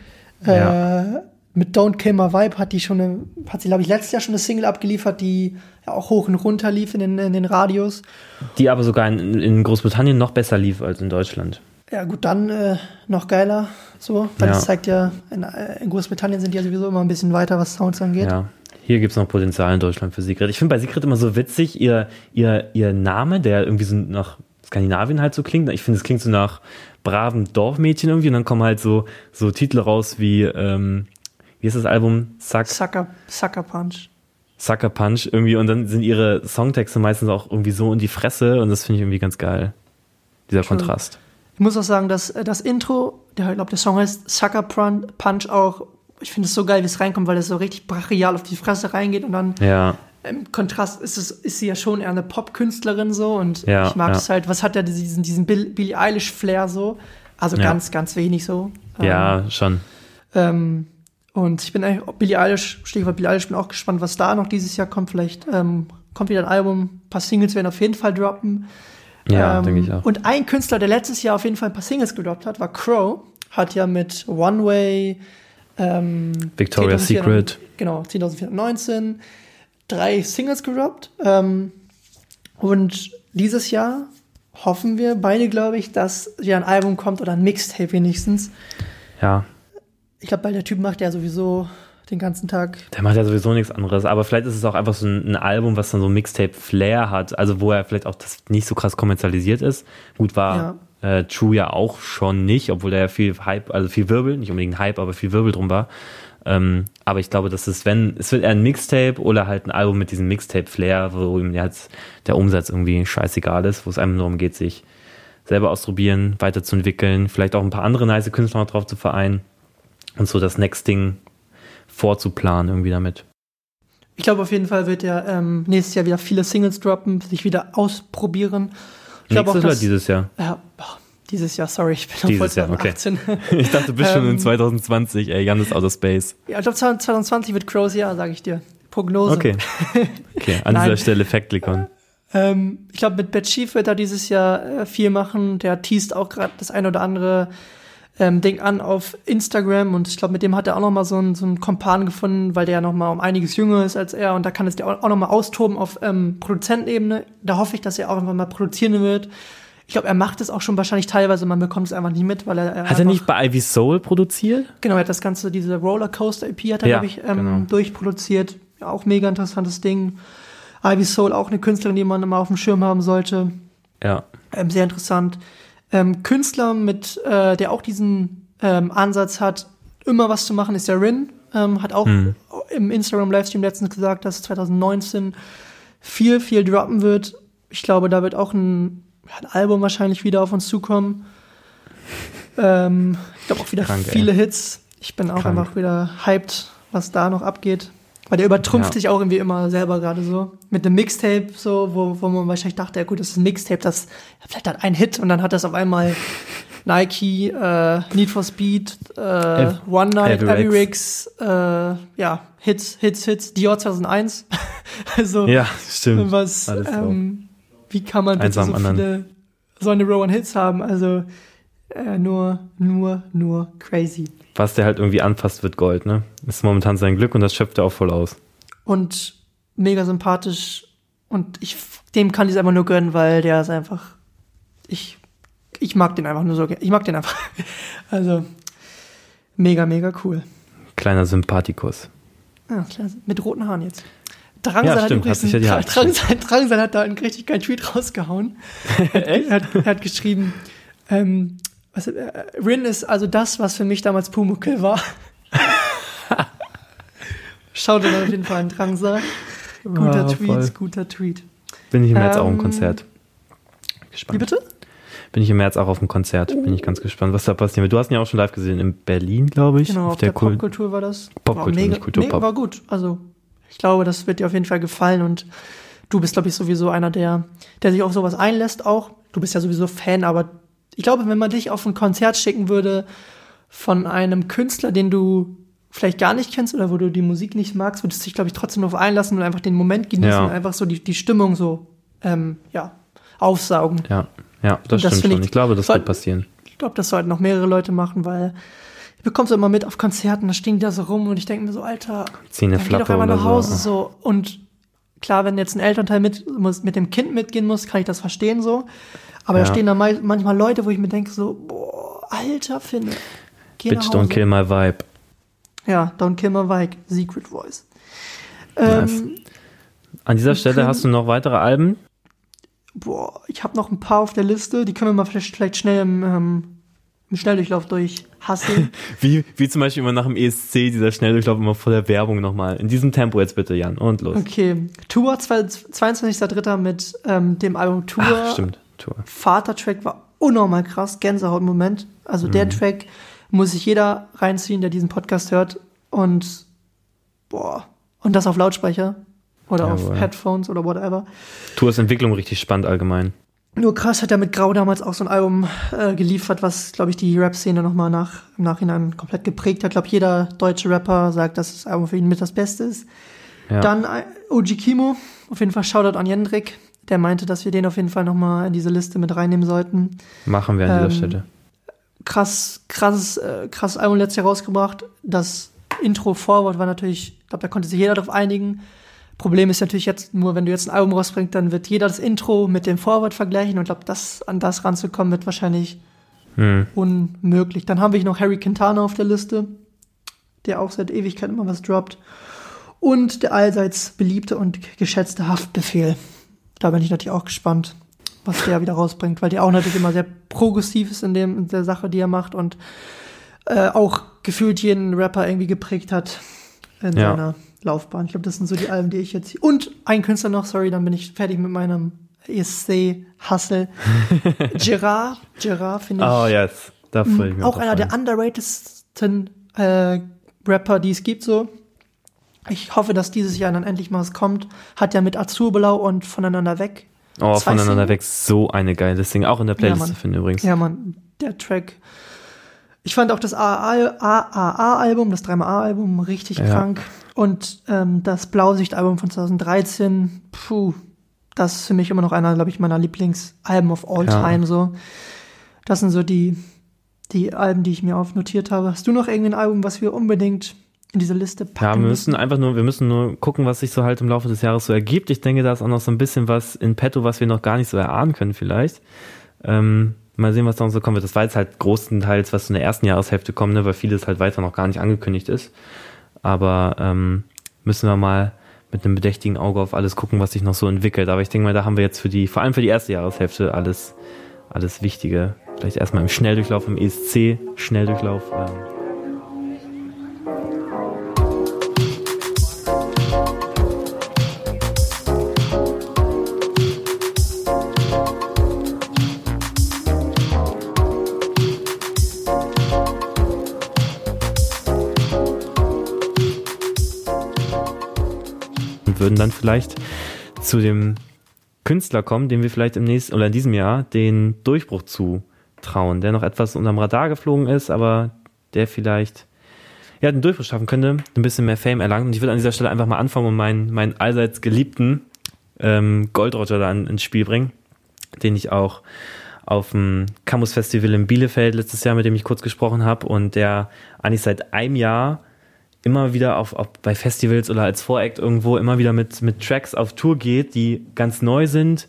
Mit Don't Kill My Vibe hat sie, glaube ich, letztes Jahr schon eine Single abgeliefert, die ja auch hoch und runter lief in den Radios. Die aber sogar in Großbritannien noch besser lief als in Deutschland. Ja gut, dann noch geiler. So, weil das zeigt ja, in Großbritannien sind die ja sowieso immer ein bisschen weiter, was Sounds angeht. Ja, hier gibt es noch Potenzial in Deutschland für Secret. Ich finde bei Secret immer so witzig, ihr Name, der irgendwie so nach Skandinavien halt so klingt. Ich finde, es klingt so nach braven Dorfmädchen irgendwie und dann kommen halt so Titel raus wie ist das Album? Sucker Punch. Sucker Punch irgendwie und dann sind ihre Songtexte meistens auch irgendwie so in die Fresse und das finde ich irgendwie ganz geil. Dieser Kontrast. Ich muss auch sagen, dass das Intro, ich glaube, der Song heißt Sucker Punch auch, ich finde es so geil, wie es reinkommt, weil es so richtig brachial auf die Fresse reingeht und dann im Kontrast ist sie ja schon eher eine Popkünstlerin so und ich mag es halt, was hat der diesen Billie Eilish-Flair so, also ganz, ganz wenig so. Ja, schon. Und ich bin eigentlich, Stichwort Billie Eilish, bin auch gespannt, was da noch dieses Jahr kommt. Vielleicht kommt wieder ein Album, ein paar Singles werden auf jeden Fall droppen. Ja, denke ich auch. Und ein Künstler, der letztes Jahr auf jeden Fall ein paar Singles gedroppt hat, war Crow. Hat ja mit One Way, Victoria's Secret. Genau, 2019 3 Singles gedroppt. Und dieses Jahr hoffen wir beide, glaube ich, dass wieder ein Album kommt oder ein Mixtape wenigstens. Ja. Ich glaube, weil der Typ macht ja sowieso den ganzen Tag. Der macht ja sowieso nichts anderes. Aber vielleicht ist es auch einfach so ein Album, was dann so ein Mixtape-Flair hat. Also wo er vielleicht auch das nicht so krass kommerzialisiert ist. Gut, war True ja auch schon nicht, obwohl da ja viel Hype, also viel Wirbel, nicht unbedingt Hype, aber viel Wirbel drum war. Aber ich glaube, dass es wird eher ein Mixtape oder halt ein Album mit diesem Mixtape-Flair, wo ihm jetzt der Umsatz irgendwie scheißegal ist, wo es einem nur darum geht, sich selber ausprobieren, weiterzuentwickeln, vielleicht auch ein paar andere nice Künstler noch drauf zu vereinen. Und so das Next Ding vorzuplanen irgendwie damit. Ich glaube, auf jeden Fall wird er nächstes Jahr wieder viele Singles droppen, sich wieder ausprobieren. Nächstes oder dieses Jahr? Ja, dieses Jahr, sorry, ich bin noch voll 2018. Okay. Ich dachte, du bist schon in 2020, Jan ist out of space. Ja, ich glaube, 2020 wird Crows Jahr, sage ich dir. Prognose. Okay, an dieser Stelle Fact-Click-on. Ich glaube, mit Bad Chief wird er dieses Jahr viel machen. Der teast auch gerade das ein oder andere Ding an auf Instagram und ich glaube, mit dem hat er auch noch mal so einen Kompan gefunden, weil der ja noch mal um einiges jünger ist als er und da kann es der auch noch mal austoben auf Produzentenebene. Da hoffe ich, dass er auch irgendwann mal produzieren wird. Ich glaube, er macht es auch schon wahrscheinlich teilweise, man bekommt es einfach nicht mit, weil er hat er nicht bei Ivy Soul produziert? Genau, er hat das Ganze, diese Rollercoaster EP hat er, glaube ich, durchproduziert. Ja, auch mega interessantes Ding. Ivy Soul, auch eine Künstlerin, die man immer auf dem Schirm haben sollte. Ja. Sehr interessant. Künstler, der auch diesen Ansatz hat, immer was zu machen, ist der Rin. Hat auch im Instagram-Livestream letztens gesagt, dass 2019 viel droppen wird. Ich glaube, da wird auch ein Album wahrscheinlich wieder auf uns zukommen. Ich glaube auch wieder viele Hits. Ich bin auch einfach wieder hyped, was da noch abgeht. Weil der übertrumpft sich auch irgendwie immer selber gerade so. Mit einem Mixtape, so, wo man wahrscheinlich dachte, ja gut, das ist ein Mixtape, das vielleicht hat ein Hit und dann hat das auf einmal Nike, Need for Speed, One Night, Avirex, Hits, Dior 2001. Also, ja, stimmt. Was, wie kann man bitte so eine Row an Hits haben? Also, nur crazy. Was der halt irgendwie anfasst, wird Gold, ne? Ist momentan sein Glück und das schöpft er auch voll aus. Und mega sympathisch und dem kann ich es einfach nur gönnen, weil der ist einfach, ich mag den einfach nur so, ich mag den einfach. Also, mega, mega cool. Kleiner Sympathikus. Ja, klar, mit roten Haaren jetzt. Drangsal ja, stimmt, Drangsal hat da einen richtig geilen Tweet rausgehauen. Er hat geschrieben, Rin ist also das, was für mich damals Pumuckl war. Schaut dann auf jeden Fall an Drangsal. Guter Tweet. Bin ich im März auch im Konzert. Gespannt. Wie bitte? Bin ich im März auch auf dem Konzert. Bin ich ganz gespannt, was da passiert. Du hast ihn ja auch schon live gesehen in Berlin, glaube ich. Genau, auf der Popkultur war das. Popkultur, nicht Kulturpop. War gut. Also, ich glaube, das wird dir auf jeden Fall gefallen und du bist, glaube ich, sowieso einer, der sich auf sowas einlässt auch. Du bist ja sowieso Fan, aber ich glaube, wenn man dich auf ein Konzert schicken würde von einem Künstler, den du vielleicht gar nicht kennst oder wo du die Musik nicht magst, würdest du dich, glaube ich, trotzdem darauf einlassen und einfach den Moment genießen und einfach so die Stimmung so, aufsaugen. Ja, das stimmt schon. Ich glaube, das wird passieren. Ich glaube, das sollten noch mehrere Leute machen, weil du bekommst immer mit auf Konzerten, da stehen die da so rum und ich denke mir so, Alter, zieh eine Flappe geh doch einfach nach Hause so. so. Und klar, wenn jetzt ein Elternteil mit dem Kind mitgehen muss, kann ich das verstehen so. Aber da stehen da manchmal Leute, wo ich mir denke so, boah, Alter, Finne, geh Bitch, nach Hause. don't kill my vibe. Ja, don't kill my vibe, Secret Voice. Nice. An dieser Stelle hast du noch weitere Alben? Boah, ich habe noch ein paar auf der Liste, die können wir mal vielleicht schnell im Schnelldurchlauf durchhasseln. wie zum Beispiel immer nach dem ESC, dieser Schnelldurchlauf immer voller Werbung nochmal. In diesem Tempo jetzt bitte, Jan, und los. Okay, Tour, 22.03. mit dem Album Tour. Ach, stimmt, Tour. Vater-Track war unnormal krass, Gänsehaut-Moment. Also der Track muss sich jeder reinziehen, der diesen Podcast hört. Und das auf Lautsprecher. Oder auf Headphones oder whatever. Tours Entwicklung richtig spannend allgemein. Nur krass hat er mit Grau damals auch so ein Album geliefert, was, glaube ich, die Rap-Szene nochmal im Nachhinein komplett geprägt hat. Ich glaube, jeder deutsche Rapper sagt, dass das Album für ihn mit das Beste ist. Ja. Dann OG Kimo, auf jeden Fall Shoutout an Jendrik. Der meinte, dass wir den auf jeden Fall nochmal in diese Liste mit reinnehmen sollten. Machen wir an dieser Stelle. Krasses Album letztes Jahr rausgebracht. Das Intro Forward war natürlich, ich glaube, da konnte sich jeder darauf einigen. Problem ist natürlich jetzt nur, wenn du jetzt ein Album rausbringst, dann wird jeder das Intro mit dem Forward vergleichen und ich glaube, an das ranzukommen wird wahrscheinlich unmöglich. Dann haben wir noch Harry Quintana auf der Liste, der auch seit Ewigkeit immer was droppt. Und der allseits beliebte und geschätzte Haftbefehl. Da bin ich natürlich auch gespannt, was der wieder rausbringt, weil der auch natürlich immer sehr progressiv ist in der Sache, die er macht und auch gefühlt jeden Rapper irgendwie geprägt hat in seiner Laufbahn. Ich glaube, das sind so die Alben, die ich jetzt... Und ein Künstler noch, sorry, dann bin ich fertig mit meinem ESC-Hustle. Gerard finde ich... Oh, yes. Da freue ich mich auch einer der underratedsten Rapper, die es gibt, so. Ich hoffe, dass dieses Jahr dann endlich mal was kommt. Hat ja mit Azurblau und Voneinander weg. Oh, Voneinander weg, so eine geile Single. Auch in der Playlist zu finden übrigens. Ja, Mann, der Track... Ich fand auch das AAA-Album, das 3xA-Album, richtig krank. Und das Blausicht-Album von 2013, das ist für mich immer noch einer, glaube ich, meiner Lieblingsalben of all time. So. Das sind so die Alben, die ich mir aufnotiert habe. Hast du noch irgendwie ein Album, was wir unbedingt in diese Liste packen müssen? Wir müssen nur gucken, was sich so halt im Laufe des Jahres so ergibt. Ich denke, da ist auch noch so ein bisschen was in petto, was wir noch gar nicht so erahnen können vielleicht. Mal sehen, was da noch so kommen wird. Das war jetzt halt großenteils, was in der ersten Jahreshälfte kommt, ne, weil vieles halt weiter noch gar nicht angekündigt ist. Aber müssen wir mal mit einem bedächtigen Auge auf alles gucken, was sich noch so entwickelt. Aber ich denke mal, da haben wir jetzt vor allem für die erste Jahreshälfte alles Wichtige. Vielleicht erstmal im Schnelldurchlauf, im ESC-Schnelldurchlauf. Würden dann vielleicht zu dem Künstler kommen, dem wir vielleicht im nächsten oder in diesem Jahr den Durchbruch trauen, der noch etwas unterm Radar geflogen ist, aber der vielleicht den Durchbruch schaffen könnte, ein bisschen mehr Fame erlangen. Und ich würde an dieser Stelle einfach mal anfangen und meinen allseits geliebten Gold Roger da ins Spiel bringen, den ich auch auf dem Campus Festival in Bielefeld letztes Jahr, mit dem ich kurz gesprochen habe, und der eigentlich seit einem Jahr immer wieder auf bei Festivals oder als Voract irgendwo immer wieder mit Tracks auf Tour geht, die ganz neu sind,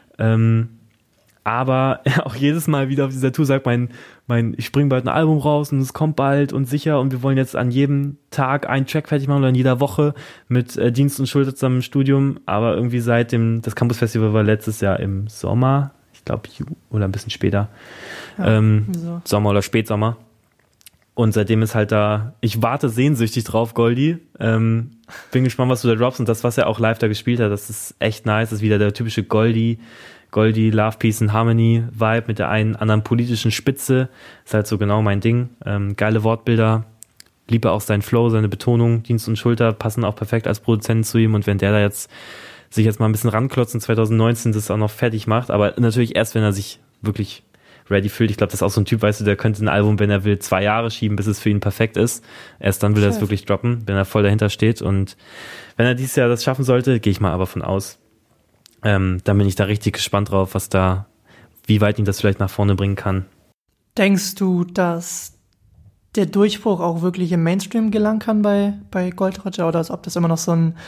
aber auch jedes Mal wieder auf dieser Tour sagt, ich bringe bald ein Album raus und es kommt bald und sicher und wir wollen jetzt an jedem Tag einen Track fertig machen oder in jeder Woche mit Dienst und Schulter zusammen im Studium, aber irgendwie das Campus Festival war letztes Jahr im Sommer, ich glaube oder ein bisschen später, Sommer oder Spätsommer. Und seitdem ist halt ich warte sehnsüchtig drauf, Goldie. Bin gespannt, was du da droppst. Und das, was er auch live da gespielt hat, das ist echt nice. Das ist wieder der typische Goldie, Love, Peace and Harmony Vibe mit der einen anderen politischen Spitze. Ist halt so genau mein Ding. Geile Wortbilder. Liebe auch seinen Flow, seine Betonung. Dienst und Schulter passen auch perfekt als Produzenten zu ihm. Und wenn der da sich jetzt mal ein bisschen ranklotzt und 2019 das auch noch fertig macht, aber natürlich erst, wenn er sich wirklich ready fühlt. Ich glaube, das ist auch so ein Typ, weißt du, der könnte ein Album, wenn er will, 2 Jahre schieben, bis es für ihn perfekt ist. Erst dann will er es wirklich droppen, wenn er voll dahinter steht. Und wenn er dieses Jahr das schaffen sollte, gehe ich mal aber von aus. Dann bin ich da richtig gespannt drauf, wie weit ihn das vielleicht nach vorne bringen kann. Denkst du, dass der Durchbruch auch wirklich im Mainstream gelangen kann bei Gold Roger, oder als ob das immer noch so ein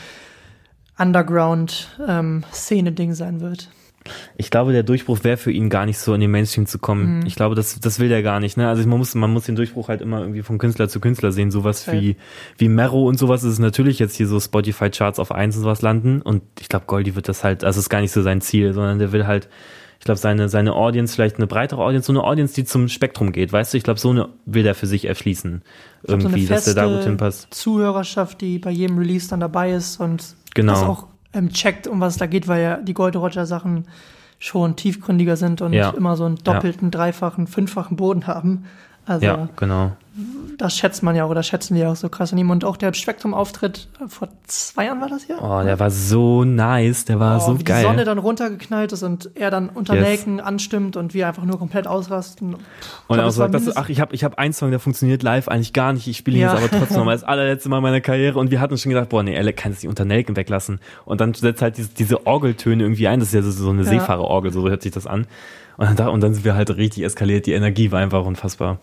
Underground-Szene-Ding sein wird? Ich glaube, der Durchbruch wäre für ihn gar nicht so in den Mainstream zu kommen. Ich glaube, das will der gar nicht. Ne? Also man muss den Durchbruch halt immer irgendwie von Künstler zu Künstler sehen. Sowas wie Mero und sowas ist es natürlich jetzt hier so Spotify-Charts auf 1 und sowas landen. Und ich glaube, Goldie wird das halt, also ist gar nicht so sein Ziel, sondern der will halt, ich glaube, seine Audience, vielleicht eine breitere Audience, so eine Audience, die zum Spektrum geht, weißt du? Ich glaube, so eine will der für sich erschließen. Irgendwie, so dass der da gut hinpasst. Zuhörerschaft, die bei jedem Release dann dabei ist und das auch checkt, um was es da geht, weil ja die Gold Roger Sachen schon tiefgründiger sind und immer so einen doppelten, dreifachen, 5-fachen Boden haben. Also genau. Das schätzt man ja, oder schätzen wir auch so krass an ihm. Und auch der Spektrum-Auftritt vor 2 Jahren war das ja? Oh, der war so nice, der war so geil. Wie die Sonne dann runtergeknallt ist und er dann unter Nelken anstimmt und wir einfach nur komplett ausrasten. Und er auch sagt, ich hab einen Song, der funktioniert live eigentlich gar nicht, ich spiele ihn jetzt aber trotzdem nochmal das allerletzte Mal meiner Karriere, und wir hatten schon gedacht, er kann es nicht unter Nelken weglassen. Und dann setzt halt diese Orgeltöne irgendwie ein, das ist ja so eine Seefahrerorgel, so hört sich das an. Und dann sind wir halt richtig eskaliert, die Energie war einfach unfassbar.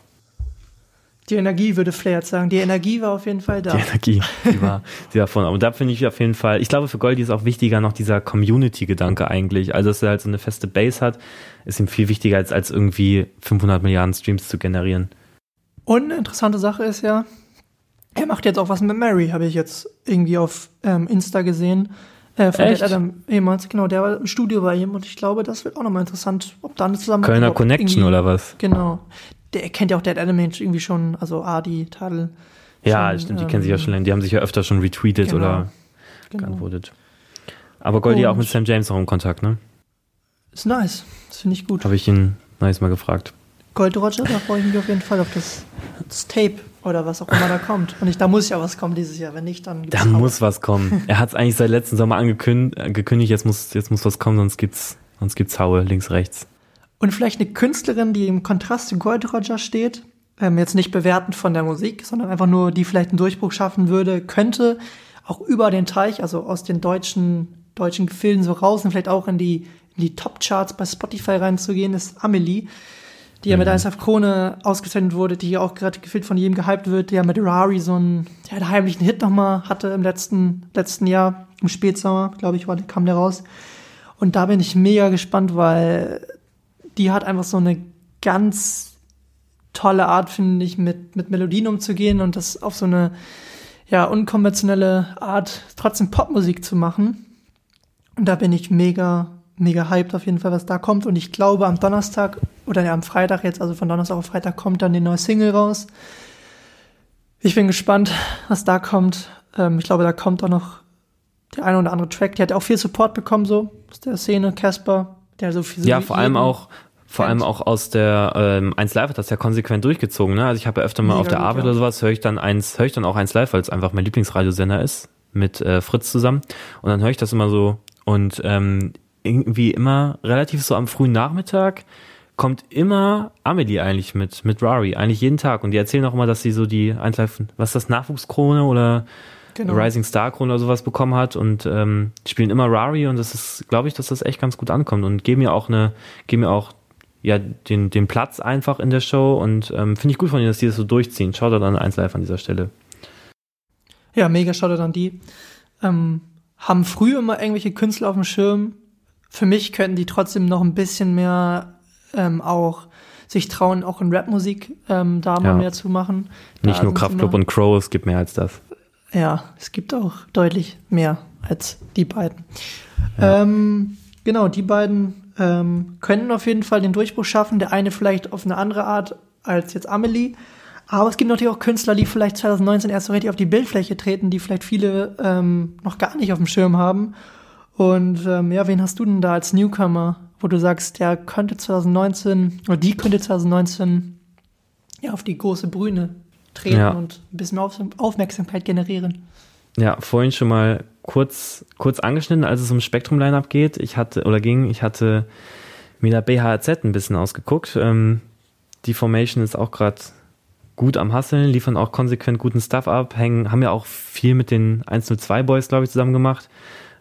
Die Energie, würde Flair jetzt sagen. Die Energie war auf jeden Fall da. Die Energie, die war vorne. Und da finde ich auf jeden Fall, ich glaube, für Goldie ist auch wichtiger noch dieser Community-Gedanke eigentlich. Also, dass er halt so eine feste Base hat, ist ihm viel wichtiger, als irgendwie 500 Milliarden Streams zu generieren. Und eine interessante Sache ist ja, er macht jetzt auch was mit Mary, habe ich jetzt irgendwie auf Insta gesehen. Von Dead Adam ehemals, genau, der war im Studio bei ihm, und ich glaube, das wird auch nochmal interessant, ob da eine zusammen Kölner Connection oder was? Genau. Der kennt ja auch Dead Adam irgendwie schon, also Adi, Tadl. Ja, schon, stimmt, die kennen sich ja schon lange. Die haben sich ja öfter schon retweetet oder geantwortet. Aber Goldie auch mit Sam James auch im Kontakt, ne? Ist nice, das finde ich gut. Habe ich ihn nice mal gefragt. Gold Roger, da freue ich mich auf jeden Fall auf das Tape oder was auch immer da kommt. Und da muss ja was kommen dieses Jahr, wenn nicht, dann gibt's muss was kommen. Er hat es eigentlich seit letzten Sommer angekündigt, jetzt muss was kommen, sonst gibt's Haue, links, rechts. Und vielleicht eine Künstlerin, die im Kontrast zu Gold Roger steht, jetzt nicht bewertend von der Musik, sondern einfach nur, die vielleicht einen Durchbruch schaffen würde, könnte auch über den Teich, also aus den deutschen Gefilden so raus und vielleicht auch in die Top-Charts bei Spotify reinzugehen, ist Amelie, die ja mit 1 auf Krone ausgezeichnet wurde, die ja auch gerade gefühlt von jedem gehypt wird, die ja mit Rari so einen heimlichen Hit nochmal hatte im letzten Jahr, im Spätsommer, glaube ich, kam der raus. Und da bin ich mega gespannt, weil die hat einfach so eine ganz tolle Art, finde ich, mit Melodien umzugehen und das auf so eine unkonventionelle Art trotzdem Popmusik zu machen. Und da bin ich mega, mega hyped auf jeden Fall, was da kommt. Und ich glaube, am Donnerstag oder am Freitag jetzt, also von Donnerstag auf Freitag, kommt dann die neue Single raus. Ich bin gespannt, was da kommt. Ich glaube, da kommt auch noch der eine oder andere Track. Die hat auch viel Support bekommen, so aus der Szene, Casper, der so viel. Ja, vor allem auch aus der 1 Live hat das ja konsequent durchgezogen, ne? Also ich habe ja öfter mal auf der Arbeit oder sowas, höre ich dann auch 1 Live, weil es einfach mein Lieblingsradiosender ist, mit Fritz zusammen. Und dann höre ich das immer so und irgendwie immer relativ so am frühen Nachmittag, kommt immer Amelie eigentlich mit Rari, eigentlich jeden Tag. Und die erzählen auch immer, dass sie so die was ist das, Nachwuchskrone oder Rising Star Krone oder sowas bekommen hat. Und die spielen immer Rari und das ist, glaube ich, dass das echt ganz gut ankommt und geben mir auch den Platz einfach in der Show und finde ich gut von ihnen, dass die das so durchziehen. Schaut da dann 1Live an dieser Stelle. Ja, mega Shoutout an die. Haben früher immer irgendwelche Künstler auf dem Schirm. Für mich könnten die trotzdem noch ein bisschen mehr auch sich trauen, auch in Rapmusik da mal mehr zu machen. Nicht nur Kraftklub und Crow, es gibt mehr als das. Ja, es gibt auch deutlich mehr als die beiden. Ja. Genau, die beiden können auf jeden Fall den Durchbruch schaffen. Der eine vielleicht auf eine andere Art als jetzt Amelie. Aber es gibt natürlich auch Künstler, die vielleicht 2019 erst so richtig auf die Bildfläche treten, die vielleicht viele noch gar nicht auf dem Schirm haben. Und wen hast du denn da als Newcomer, wo du sagst, der könnte 2019 oder die könnte 2019 auf die große Bühne treten und ein bisschen Aufmerksamkeit generieren? Ja, vorhin schon mal kurz angeschnitten, als es um Spektrum-Line-Up geht. Ich hatte mir da BHZ ein bisschen ausgeguckt. Die Formation ist auch gerade gut am Hustlen, liefern auch konsequent guten Stuff ab, haben ja auch viel mit den 102 Boys, glaube ich, zusammen gemacht.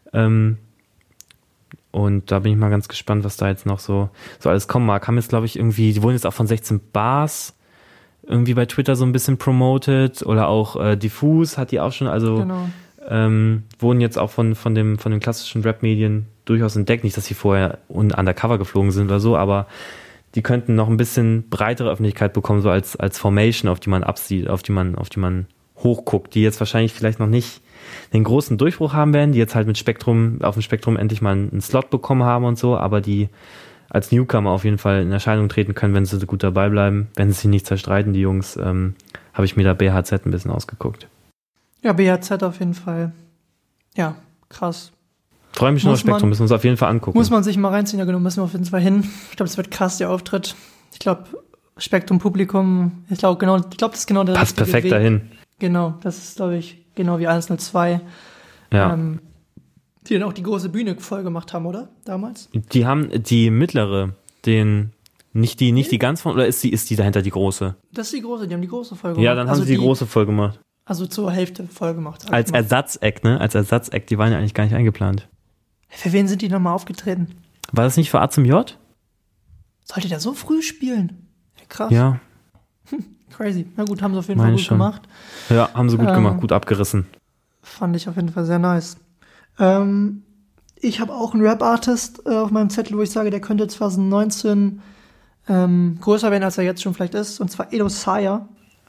Und da bin ich mal ganz gespannt, was da jetzt noch so alles kommen mag. Haben jetzt, glaube ich, die wurden jetzt auch von 16 Bars irgendwie bei Twitter so ein bisschen promoted oder auch Diffus hat die auch schon, also wurden jetzt auch von den klassischen Rap-Medien durchaus entdeckt. Nicht, dass sie vorher undercover geflogen sind oder so, aber die könnten noch ein bisschen breitere Öffentlichkeit bekommen, so als Formation, auf die man absieht, auf die man hochguckt, die jetzt wahrscheinlich vielleicht noch nicht den großen Durchbruch haben werden, die jetzt halt mit auf dem Spektrum endlich mal einen Slot bekommen haben und so, aber die als Newcomer auf jeden Fall in Erscheinung treten können, wenn sie gut dabei bleiben, wenn sie sich nicht zerstreiten, die Jungs, habe ich mir da BHZ ein bisschen ausgeguckt. Ja, BHZ auf jeden Fall. Ja, krass. Freue mich schon auf Spektrum, müssen wir uns auf jeden Fall angucken. Muss man sich mal reinziehen, ja genau, müssen wir auf jeden Fall hin. Ich glaube, es wird krass, der Auftritt. Ich glaube, Spektrum-Publikum, das ist genau der passt perfekt Weg. Dahin. Genau, das ist, glaube ich, genau wie 102. Ja. Die dann auch die große Bühne voll gemacht haben, oder? Damals? Die haben die mittlere, nicht die ganz von, oder ist die dahinter die große? Das ist die große, die haben die große voll gemacht. Ja, dann haben sie die große voll gemacht. Also zur Hälfte voll gemacht. Als Ersatzeck, ne? Als Ersatzeck, die waren ja eigentlich gar nicht eingeplant. Für wen sind die nochmal aufgetreten? War das nicht für A zum J? Sollte der so früh spielen? Ja, krass. Ja. Crazy. Na gut, haben sie auf jeden Fall gut gemacht. Ja, haben sie gut gemacht, gut abgerissen. Fand ich auf jeden Fall sehr nice. Ich habe auch einen Rap-Artist auf meinem Zettel, wo ich sage, der könnte 2019 größer werden, als er jetzt schon vielleicht ist. Und zwar Edo Sire.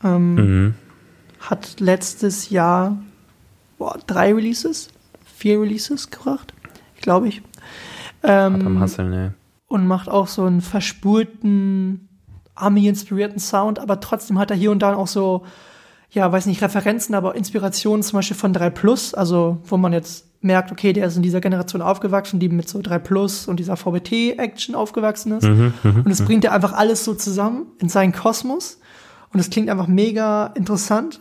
Hat letztes Jahr 4 Releases gebracht, glaube ich. Am Hustlen, ne. Und macht auch so einen verspurten, Ami-inspirierten Sound, aber trotzdem hat er hier und da auch so, Referenzen, aber Inspirationen zum Beispiel von 3+, also wo man jetzt merkt, okay, der ist in dieser Generation aufgewachsen, die mit so 3+ und dieser VBT-Action aufgewachsen ist. Und es bringt er einfach alles so zusammen in seinen Kosmos. Und es klingt einfach mega interessant.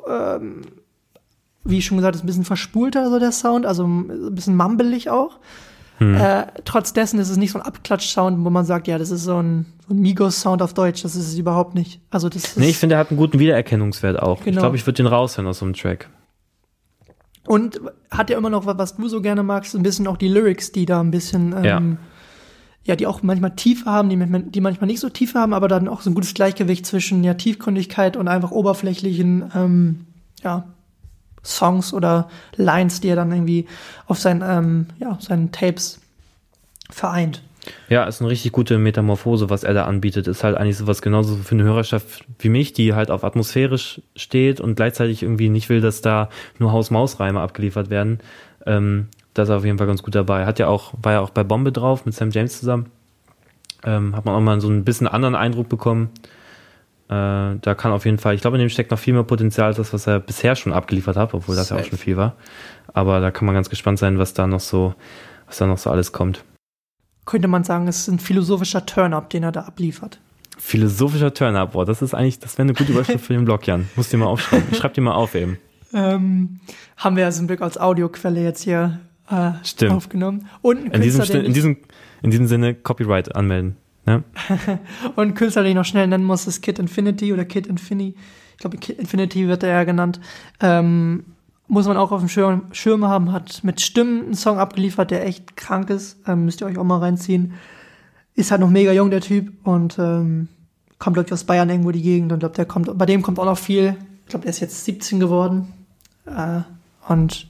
Wie ich schon gesagt, ist ein bisschen verspulter so der Sound, also ein bisschen mumbelig auch. Trotz dessen ist es nicht so ein Abklatsch-Sound, wo man sagt, ja, das ist so ein Migos-Sound auf Deutsch. Das ist es überhaupt nicht. Also das ist ich finde, er hat einen guten Wiedererkennungswert auch. Genau. Ich glaube, ich würde den raushören aus so einem Track. Und hat ja immer noch, was du so gerne magst, ein bisschen auch die Lyrics, die da ein bisschen, die auch manchmal Tiefe haben, die manchmal nicht so Tiefe haben, aber dann auch so ein gutes Gleichgewicht zwischen Tiefgründigkeit und einfach oberflächlichen, Songs oder Lines, die er dann irgendwie auf seinen Tapes vereint. Ja, ist eine richtig gute Metamorphose, was er da anbietet. Ist halt eigentlich sowas genauso für eine Hörerschaft wie mich, die halt auf atmosphärisch steht und gleichzeitig irgendwie nicht will, dass da nur Haus-Maus-Reime abgeliefert werden. Da ist er auf jeden Fall ganz gut dabei. War ja auch bei Bombe drauf mit Sam James zusammen. Hat man auch mal so ein bisschen anderen Eindruck bekommen. Da kann auf jeden Fall, ich glaube, in dem steckt noch viel mehr Potenzial als das, was er bisher schon abgeliefert hat, obwohl das ja auch schon viel war. Aber da kann man ganz gespannt sein, was da noch so alles kommt. Könnte man sagen, es ist ein philosophischer Turn-Up, den er da abliefert. Philosophischer Turn-Up, boah, das wäre eine gute Überschrift für den Blog, Jan. Musst dir mal aufschreiben. Ich schreib dir mal auf eben. Haben wir ja zum Glück als Audioquelle jetzt hier aufgenommen. Und ein in diesem Sinne Copyright anmelden. Ne? Und Künstler, den ich noch schnell nennen muss, ist Kid Infinity oder Kid Infini. Ich glaube, Kid Infinity wird er ja genannt. Muss man auch auf dem Schirm haben, hat mit Stimmen einen Song abgeliefert, der echt krank ist. Müsst ihr euch auch mal reinziehen. Ist halt noch mega jung, der Typ. Und kommt, glaube ich, aus Bayern irgendwo die Gegend. Und glaube, bei dem kommt auch noch viel. Ich glaube, der ist jetzt 17 geworden. Und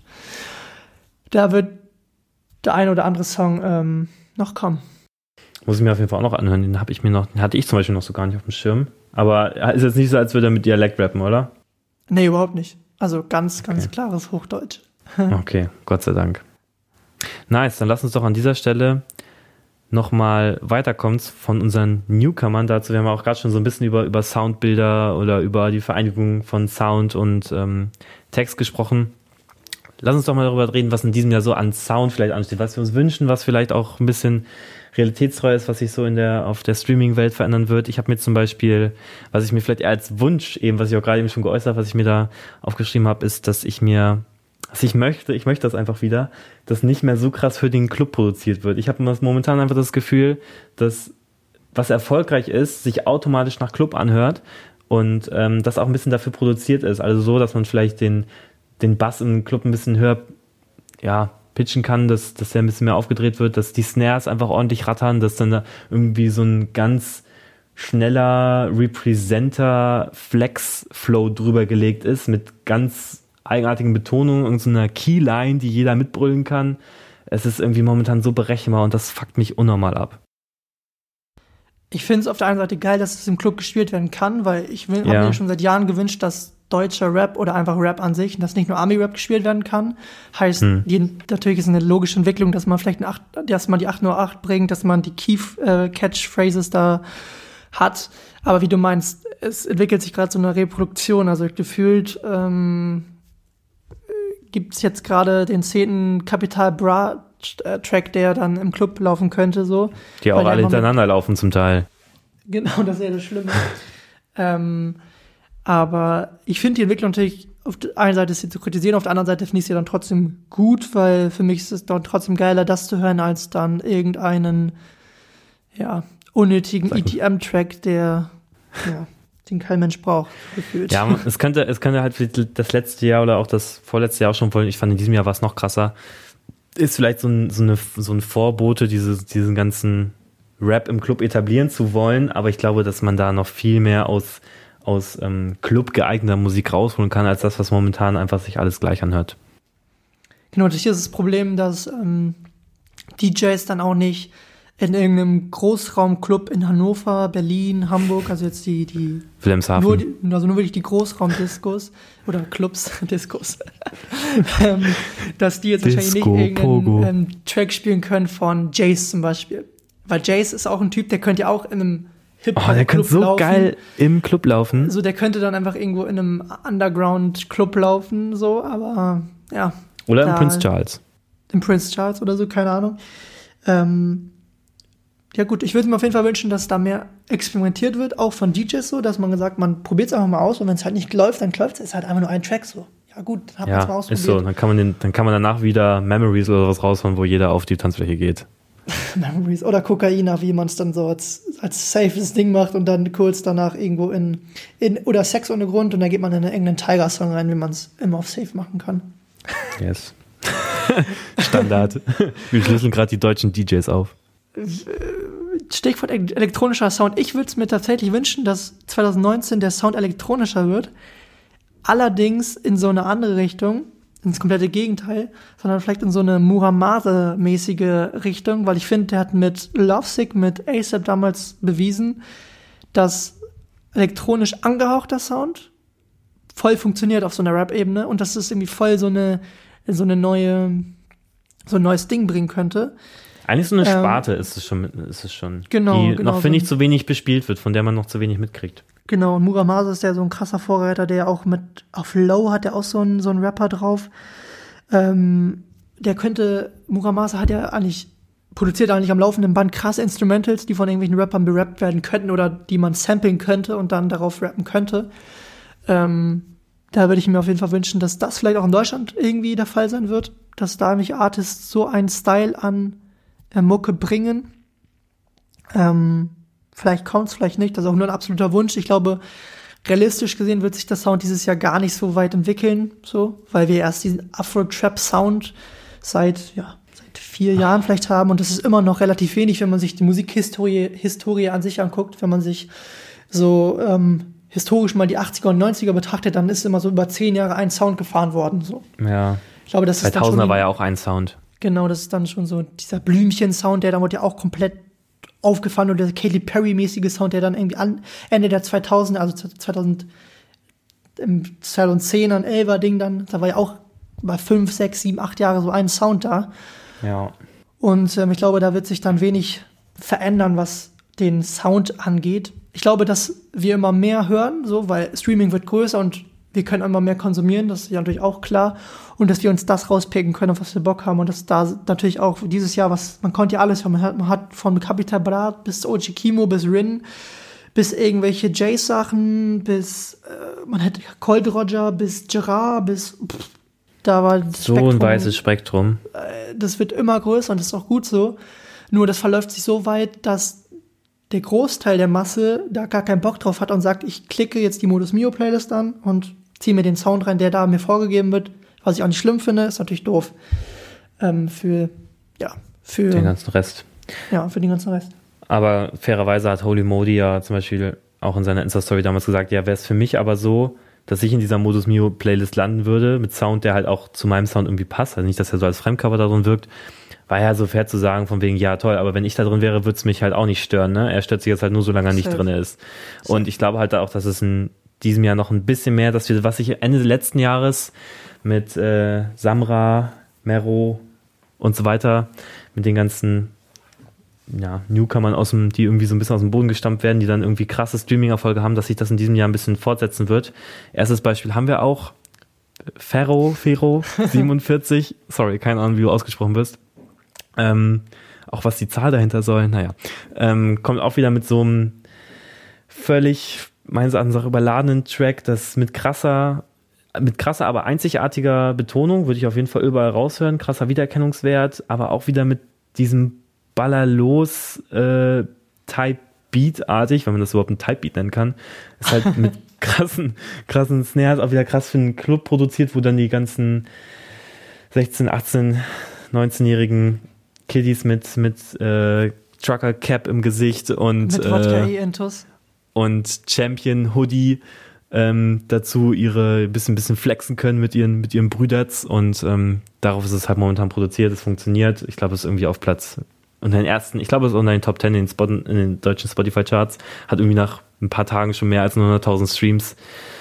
da wird der ein oder andere Song noch kommen. Muss ich mir auf jeden Fall auch noch anhören. Den hatte ich zum Beispiel noch so gar nicht auf dem Schirm. Aber ist jetzt nicht so, als würde er mit Dialekt rappen, oder? Nee, überhaupt nicht. Also ganz klares Hochdeutsch. Okay, Gott sei Dank. Nice, dann lass uns doch an dieser Stelle nochmal weiterkommen von unseren Newcomern dazu. Wir haben auch gerade schon so ein bisschen über Soundbilder oder über die Vereinigung von Sound und Text gesprochen. Lass uns doch mal darüber reden, was in diesem Jahr so an Sound vielleicht ansteht, was wir uns wünschen, was vielleicht auch ein bisschen realitätstreu ist, was sich so auf der Streaming-Welt verändern wird. Ich habe mir zum Beispiel, was ich mir vielleicht eher als Wunsch, was ich auch gerade eben schon geäußert habe, was ich mir da aufgeschrieben habe, ist, dass ich möchte das einfach wieder, dass nicht mehr so krass für den Club produziert wird. Ich habe momentan einfach das Gefühl, dass was erfolgreich ist, sich automatisch nach Club anhört und das auch ein bisschen dafür produziert ist. Also so, dass man vielleicht den Bass im Club ein bisschen höher, pitchen kann, dass der ein bisschen mehr aufgedreht wird, dass die Snares einfach ordentlich rattern, dass dann da irgendwie so ein ganz schneller Representer-Flex-Flow drüber gelegt ist, mit ganz eigenartigen Betonungen und so einer Keyline, die jeder mitbrüllen kann. Es ist irgendwie momentan so berechenbar und das fuckt mich unnormal ab. Ich finde es auf der einen Seite geil, dass es im Club gespielt werden kann, weil ich habe mir schon seit Jahren gewünscht, dass deutscher Rap oder einfach Rap an sich, dass nicht nur Ami-Rap gespielt werden kann. Heißt, natürlich ist es eine logische Entwicklung, dass man vielleicht dass man die 808 bringt, dass man die Key-Catchphrases da hat. Aber wie du meinst, es entwickelt sich gerade so eine Reproduktion. Also gefühlt gibt es jetzt gerade den 10. Capital Bra Track, der dann im Club laufen könnte, so. Die auch alle hintereinander laufen zum Teil. Genau, das ist ja das Schlimme. Aber ich finde die Entwicklung natürlich, auf der einen Seite ist sie zu kritisieren, auf der anderen Seite finde ich sie dann trotzdem gut, weil für mich ist es dann trotzdem geiler, das zu hören, als dann irgendeinen, unnötigen EDM-Track, den kein Mensch braucht, gefühlt. Ja, es könnte halt für das letzte Jahr oder auch das vorletzte Jahr auch schon, ich fand in diesem Jahr war es noch krasser, ist vielleicht so ein Vorbote, diesen ganzen Rap im Club etablieren zu wollen, aber ich glaube, dass man da noch viel mehr aus Club geeigneter Musik rausholen kann, als das, was momentan einfach sich alles gleich anhört. Genau, das hier ist das Problem, dass DJs dann auch nicht in irgendeinem Großraumclub in Hannover, Berlin, Hamburg, also jetzt die Wilhelmshaven. Nur wirklich die Großraumdiskos oder Clubs, Diskos, dass die jetzt wahrscheinlich nicht irgendeinen Track spielen können von Jace zum Beispiel. Weil Jace ist auch ein Typ, der könnte ja auch in einem Hip-Hop-Club der könnte so laufen. geil im Club laufen. So, der könnte dann einfach irgendwo in einem Underground-Club laufen, so, aber ja. Oder im Prince Charles. Im Prince Charles oder so, keine Ahnung. Ja gut, ich würde mir auf jeden Fall wünschen, dass da mehr experimentiert wird, auch von DJs so, dass man sagt, man probiert es einfach mal aus und wenn es halt nicht läuft, dann läuft es. Ist halt einfach nur ein Track so. Ja gut, dann hat man es mal ausprobiert. Ist so, dann kann man danach wieder Memories oder was raushauen, wo jeder auf die Tanzfläche geht. Memories oder Kokaina, wie man es dann so als safes Ding macht und dann kurz danach irgendwo in oder Sex ohne Grund und dann geht man in einen engen Tiger-Song rein, wie man es immer auf Safe machen kann. Yes. Standard. Wir schlüsseln gerade die deutschen DJs auf. Stichwort elektronischer Sound. Ich würde es mir tatsächlich wünschen, dass 2019 der Sound elektronischer wird. Allerdings in so eine andere Richtung, ins komplette Gegenteil, sondern vielleicht in so eine Muramasa-mäßige Richtung, weil ich finde, der hat mit Lovesick, mit A$AP damals bewiesen, dass elektronisch angehauchter Sound voll funktioniert auf so einer Rap-Ebene und dass es irgendwie voll so ein neues Ding bringen könnte. Eigentlich so eine Sparte ist es schon. Genau, die noch, finde ich, zu wenig bespielt wird, von der man noch zu wenig mitkriegt. Genau, und Muramasa ist ja so ein krasser Vorreiter, der auch auf Low hat der auch so einen Rapper drauf. Muramasa produziert eigentlich am laufenden Band krasse Instrumentals, die von irgendwelchen Rappern berappt werden könnten oder die man samplen könnte und dann darauf rappen könnte. Da würde ich mir auf jeden Fall wünschen, dass das vielleicht auch in Deutschland irgendwie der Fall sein wird, dass da nämlich Artists so einen Style an Mucke bringen. Vielleicht kommt's, vielleicht nicht. Das ist auch nur ein absoluter Wunsch. Ich glaube, realistisch gesehen wird sich der Sound dieses Jahr gar nicht so weit entwickeln, so, weil wir erst diesen Afro-Trap-Sound seit 4 Jahren vielleicht haben. Und das ist immer noch relativ wenig, wenn man sich die Musikhistorie an sich anguckt. Wenn man sich so historisch mal die 80er und 90er betrachtet, dann ist immer so über 10 Jahre ein Sound gefahren worden. So. Ja. Ich glaube, das ist dann schon 2000er war ja auch ein Sound. Genau, das ist dann schon so dieser Blümchen-Sound, der dann wurde ja auch komplett aufgefahren, und der Katy Perry-mäßige Sound, der dann irgendwie Ende der 2000er, also 2010er, 11er Ding dann, da war ja auch bei 5, 6, 7, 8 Jahre so ein Sound da. Ja. Und ich glaube, da wird sich dann wenig verändern, was den Sound angeht. Ich glaube, dass wir immer mehr hören, so, weil Streaming wird größer und wir können immer mehr konsumieren, das ist ja natürlich auch klar. Und dass wir uns das rauspicken können, auf was wir Bock haben. Und dass da natürlich auch dieses Jahr, man konnte ja alles hören. Man hat von Capital Bra bis OG Kimo, bis Rin, bis irgendwelche Jay-Sachen, bis man hätte Cold Roger, bis Gerard, bis da war das so ein weißes Spektrum. Das wird immer größer und das ist auch gut so. Nur das verläuft sich so weit, dass der Großteil der Masse da gar keinen Bock drauf hat und sagt, ich klicke jetzt die Modus Mio Playlist an und ziehe mir den Sound rein, der da mir vorgegeben wird. Was ich auch nicht schlimm finde, ist natürlich doof. Für den ganzen Rest. Ja, für den ganzen Rest. Aber fairerweise hat Holy Modi ja zum Beispiel auch in seiner Insta-Story damals gesagt, ja, wäre es für mich aber so, dass ich in dieser Modus Mio Playlist landen würde, mit Sound, der halt auch zu meinem Sound irgendwie passt. Also nicht, dass er so als Fremdcover da drin wirkt. War ja so fair zu sagen, von wegen, ja toll, aber wenn ich da drin wäre, würde es mich halt auch nicht stören. Ne? Er stört sich jetzt halt nur, solange er nicht drin ist. Und ich glaube halt auch, dass es in diesem Jahr noch ein bisschen mehr, dass wir, was ich Ende letzten Jahres mit Samra, Mero und so weiter, mit den ganzen Newcomern die irgendwie so ein bisschen aus dem Boden gestampft werden, die dann irgendwie krasse Streaming-Erfolge haben, dass sich das in diesem Jahr ein bisschen fortsetzen wird. Erstes Beispiel haben wir auch Fero 47, sorry, keine Ahnung, wie du ausgesprochen wirst. Auch was die Zahl dahinter soll, kommt auch wieder mit so einem völlig, meines Erachtens auch überladenen Track, das mit krasser, aber einzigartiger Betonung, würde ich auf jeden Fall überall raushören, krasser Wiedererkennungswert, aber auch wieder mit diesem Ballerlos Type Beat-artig, wenn man das überhaupt ein Type Beat nennen kann, ist halt mit krassen Snares, auch wieder krass für einen Club produziert, wo dann die ganzen 16, 18, 19-jährigen Kiddies mit Trucker Cap im Gesicht und mit Wodka-Intus und Champion Hoodie dazu ihre bisschen flexen können mit ihren Brüders und darauf ist es halt momentan produziert, es funktioniert. Ich glaube, es ist irgendwie auf Platz und ich glaube, es ist unter den Top 10 in den deutschen Spotify-Charts, hat irgendwie nach ein paar Tagen schon mehr als 100.000 Streams.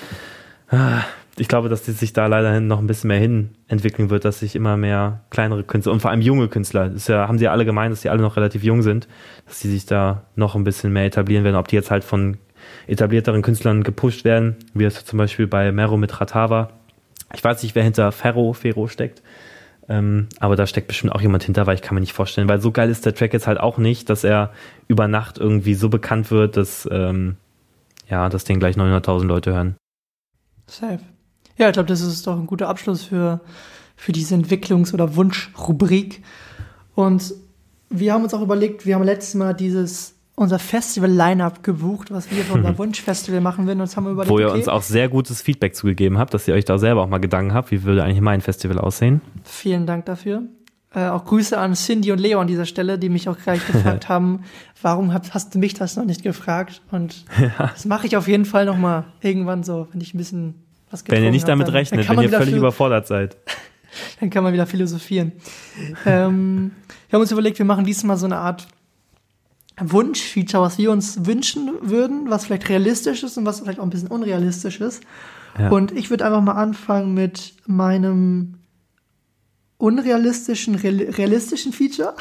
Ich glaube, dass die sich da leider noch ein bisschen mehr hin entwickeln wird, dass sich immer mehr kleinere Künstler und vor allem junge Künstler, haben sie ja alle gemeint, dass die alle noch relativ jung sind, dass die sich da noch ein bisschen mehr etablieren werden, ob die jetzt halt von etablierteren Künstlern gepusht werden, wie es zum Beispiel bei Mero mit Ratava. Ich weiß nicht, wer hinter Fero steckt, aber da steckt bestimmt auch jemand hinter, weil ich kann mir nicht vorstellen, weil so geil ist der Track jetzt halt auch nicht, dass er über Nacht irgendwie so bekannt wird, dass den gleich 900.000 Leute hören. Safe. Ja, ich glaube, das ist doch ein guter Abschluss für diese Entwicklungs- oder Wunschrubrik. Und wir haben uns auch überlegt, wir haben letztes Mal unser Festival-Line-Up gebucht, was wir für unser Wunschfestival machen würden. Und das haben wir überlegt, wo ihr uns auch sehr gutes Feedback zugegeben habt, dass ihr euch da selber auch mal Gedanken habt, wie würde eigentlich mein Festival aussehen. Vielen Dank dafür. Auch Grüße an Cindy und Leo an dieser Stelle, die mich auch gleich gefragt haben, warum hast du mich das noch nicht gefragt? Und das mache ich auf jeden Fall noch mal irgendwann so, wenn ich ein bisschen was getrunken habe. Wenn ihr nicht damit rechnet, wenn ihr völlig überfordert seid. Dann kann man wieder philosophieren. Wir haben uns überlegt, wir machen diesmal so eine Art Wunschfeature, was wir uns wünschen würden, was vielleicht realistisch ist und was vielleicht auch ein bisschen unrealistisch ist. Ja. Und ich würde einfach mal anfangen mit meinem unrealistischen, realistischen Feature.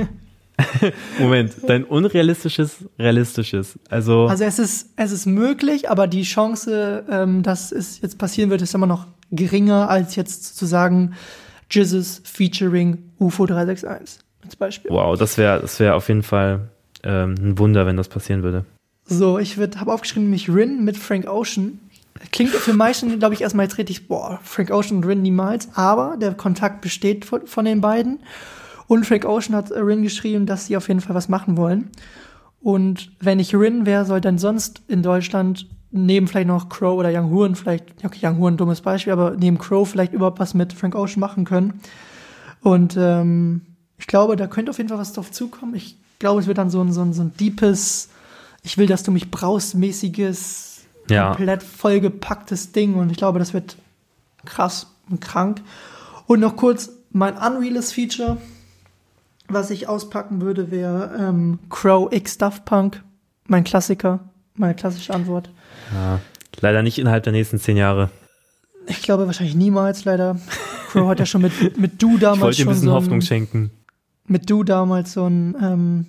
Moment, dein unrealistisches, realistisches. Also es ist möglich, aber die Chance, dass es jetzt passieren wird, ist immer noch geringer, als jetzt zu sagen, Jizzes featuring UFO 361 als Beispiel. Wow, das wär auf jeden Fall ein Wunder, wenn das passieren würde. So, habe aufgeschrieben, nämlich Rin mit Frank Ocean. Klingt für meisten, glaube ich, erstmal jetzt richtig, Frank Ocean und Rin niemals, aber der Kontakt besteht von den beiden. Und Frank Ocean hat Rin geschrieben, dass sie auf jeden Fall was machen wollen. Und wenn ich Rin, wer soll denn sonst in Deutschland neben vielleicht noch Crow oder Young Horn vielleicht, okay, Young Horn, dummes Beispiel, aber neben Crow vielleicht überhaupt was mit Frank Ocean machen können. Und ich glaube, da könnte auf jeden Fall was drauf zukommen. Ich glaube, es wird dann so ein deepes, ich will, dass du mich brauchst, mäßiges, komplett vollgepacktes Ding. Und ich glaube, das wird krass und krank. Und noch kurz mein unreales Feature, was ich auspacken würde, wäre Crow x Daft Punk. Mein Klassiker, meine klassische Antwort. Ja, leider nicht innerhalb der nächsten 10 Jahre. Ich glaube wahrscheinlich niemals, leider. Crow hat ja schon mit Du damals ich wollte dir ein bisschen Hoffnung schenken. Mit Du damals so ein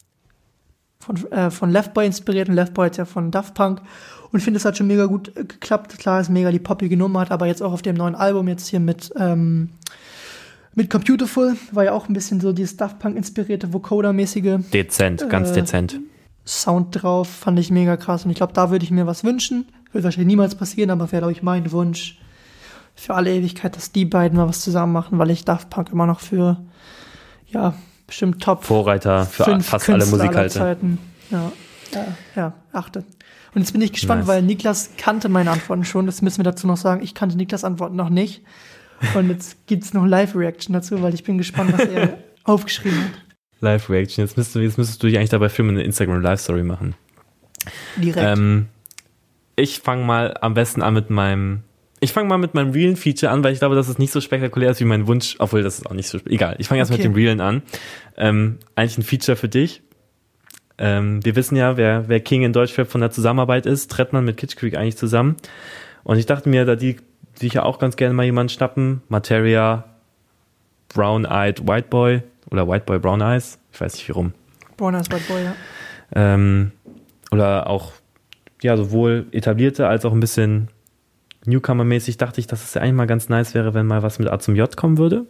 von Left Boy inspiriert, und Left Boy ist ja von Daft Punk, und ich finde, es hat schon mega gut geklappt. Klar, ist mega die poppige Nummer, hat aber jetzt auch auf dem neuen Album jetzt hier mit Computerful, war ja auch ein bisschen so dieses Daft Punk inspirierte Vocoder-mäßige Dezent, ganz dezent. Sound drauf, fand ich mega krass, und ich glaube, da würde ich mir was wünschen. Wird wahrscheinlich niemals passieren, aber wäre, glaube ich, mein Wunsch für alle Ewigkeit, dass die beiden mal was zusammen machen, weil ich Daft Punk immer noch für, bestimmt Top Vorreiter für 5 fast Künstler alle Musik halte. Zeiten. Achte. Und jetzt bin ich gespannt, weil Niklas kannte meine Antworten schon. Das müssen wir dazu noch sagen. Ich kannte Niklas Antworten noch nicht. Und jetzt gibt's noch Live-Reaction dazu, weil ich bin gespannt, was er aufgeschrieben hat. Live-Reaction. Jetzt müsstest du dich eigentlich dabei filmen, eine Instagram-Live-Story machen. Direkt. Ich fange mal am besten an mit meinem realen Feature an, weil ich glaube, dass es nicht so spektakulär ist wie mein Wunsch, obwohl das ist auch nicht so egal. Ich fange erst mit dem realen an. Eigentlich ein Feature für dich. Wir wissen ja, wer King in Deutschrap von der Zusammenarbeit ist, Trettmann mit Kitsch Creek eigentlich zusammen. Und ich dachte mir, da die sich ja auch ganz gerne mal jemanden schnappen, Materia, Brown Eyed White Boy oder White Boy Brown Eyes, ich weiß nicht wie rum. Brown Eyes White Boy, ja. Oder auch sowohl etablierte als auch ein bisschen Newcomer-mäßig, dachte ich, dass es ja eigentlich mal ganz nice wäre, wenn mal was mit A zum J kommen würde.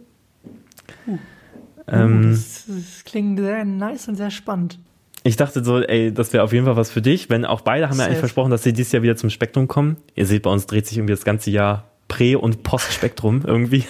Das klingt sehr nice und sehr spannend. Ich dachte so, das wäre auf jeden Fall was für dich, wenn auch beide haben ja eigentlich versprochen, dass sie dieses Jahr wieder zum Spektrum kommen. Ihr seht, bei uns dreht sich irgendwie das ganze Jahr Prä- und Post-Spektrum irgendwie.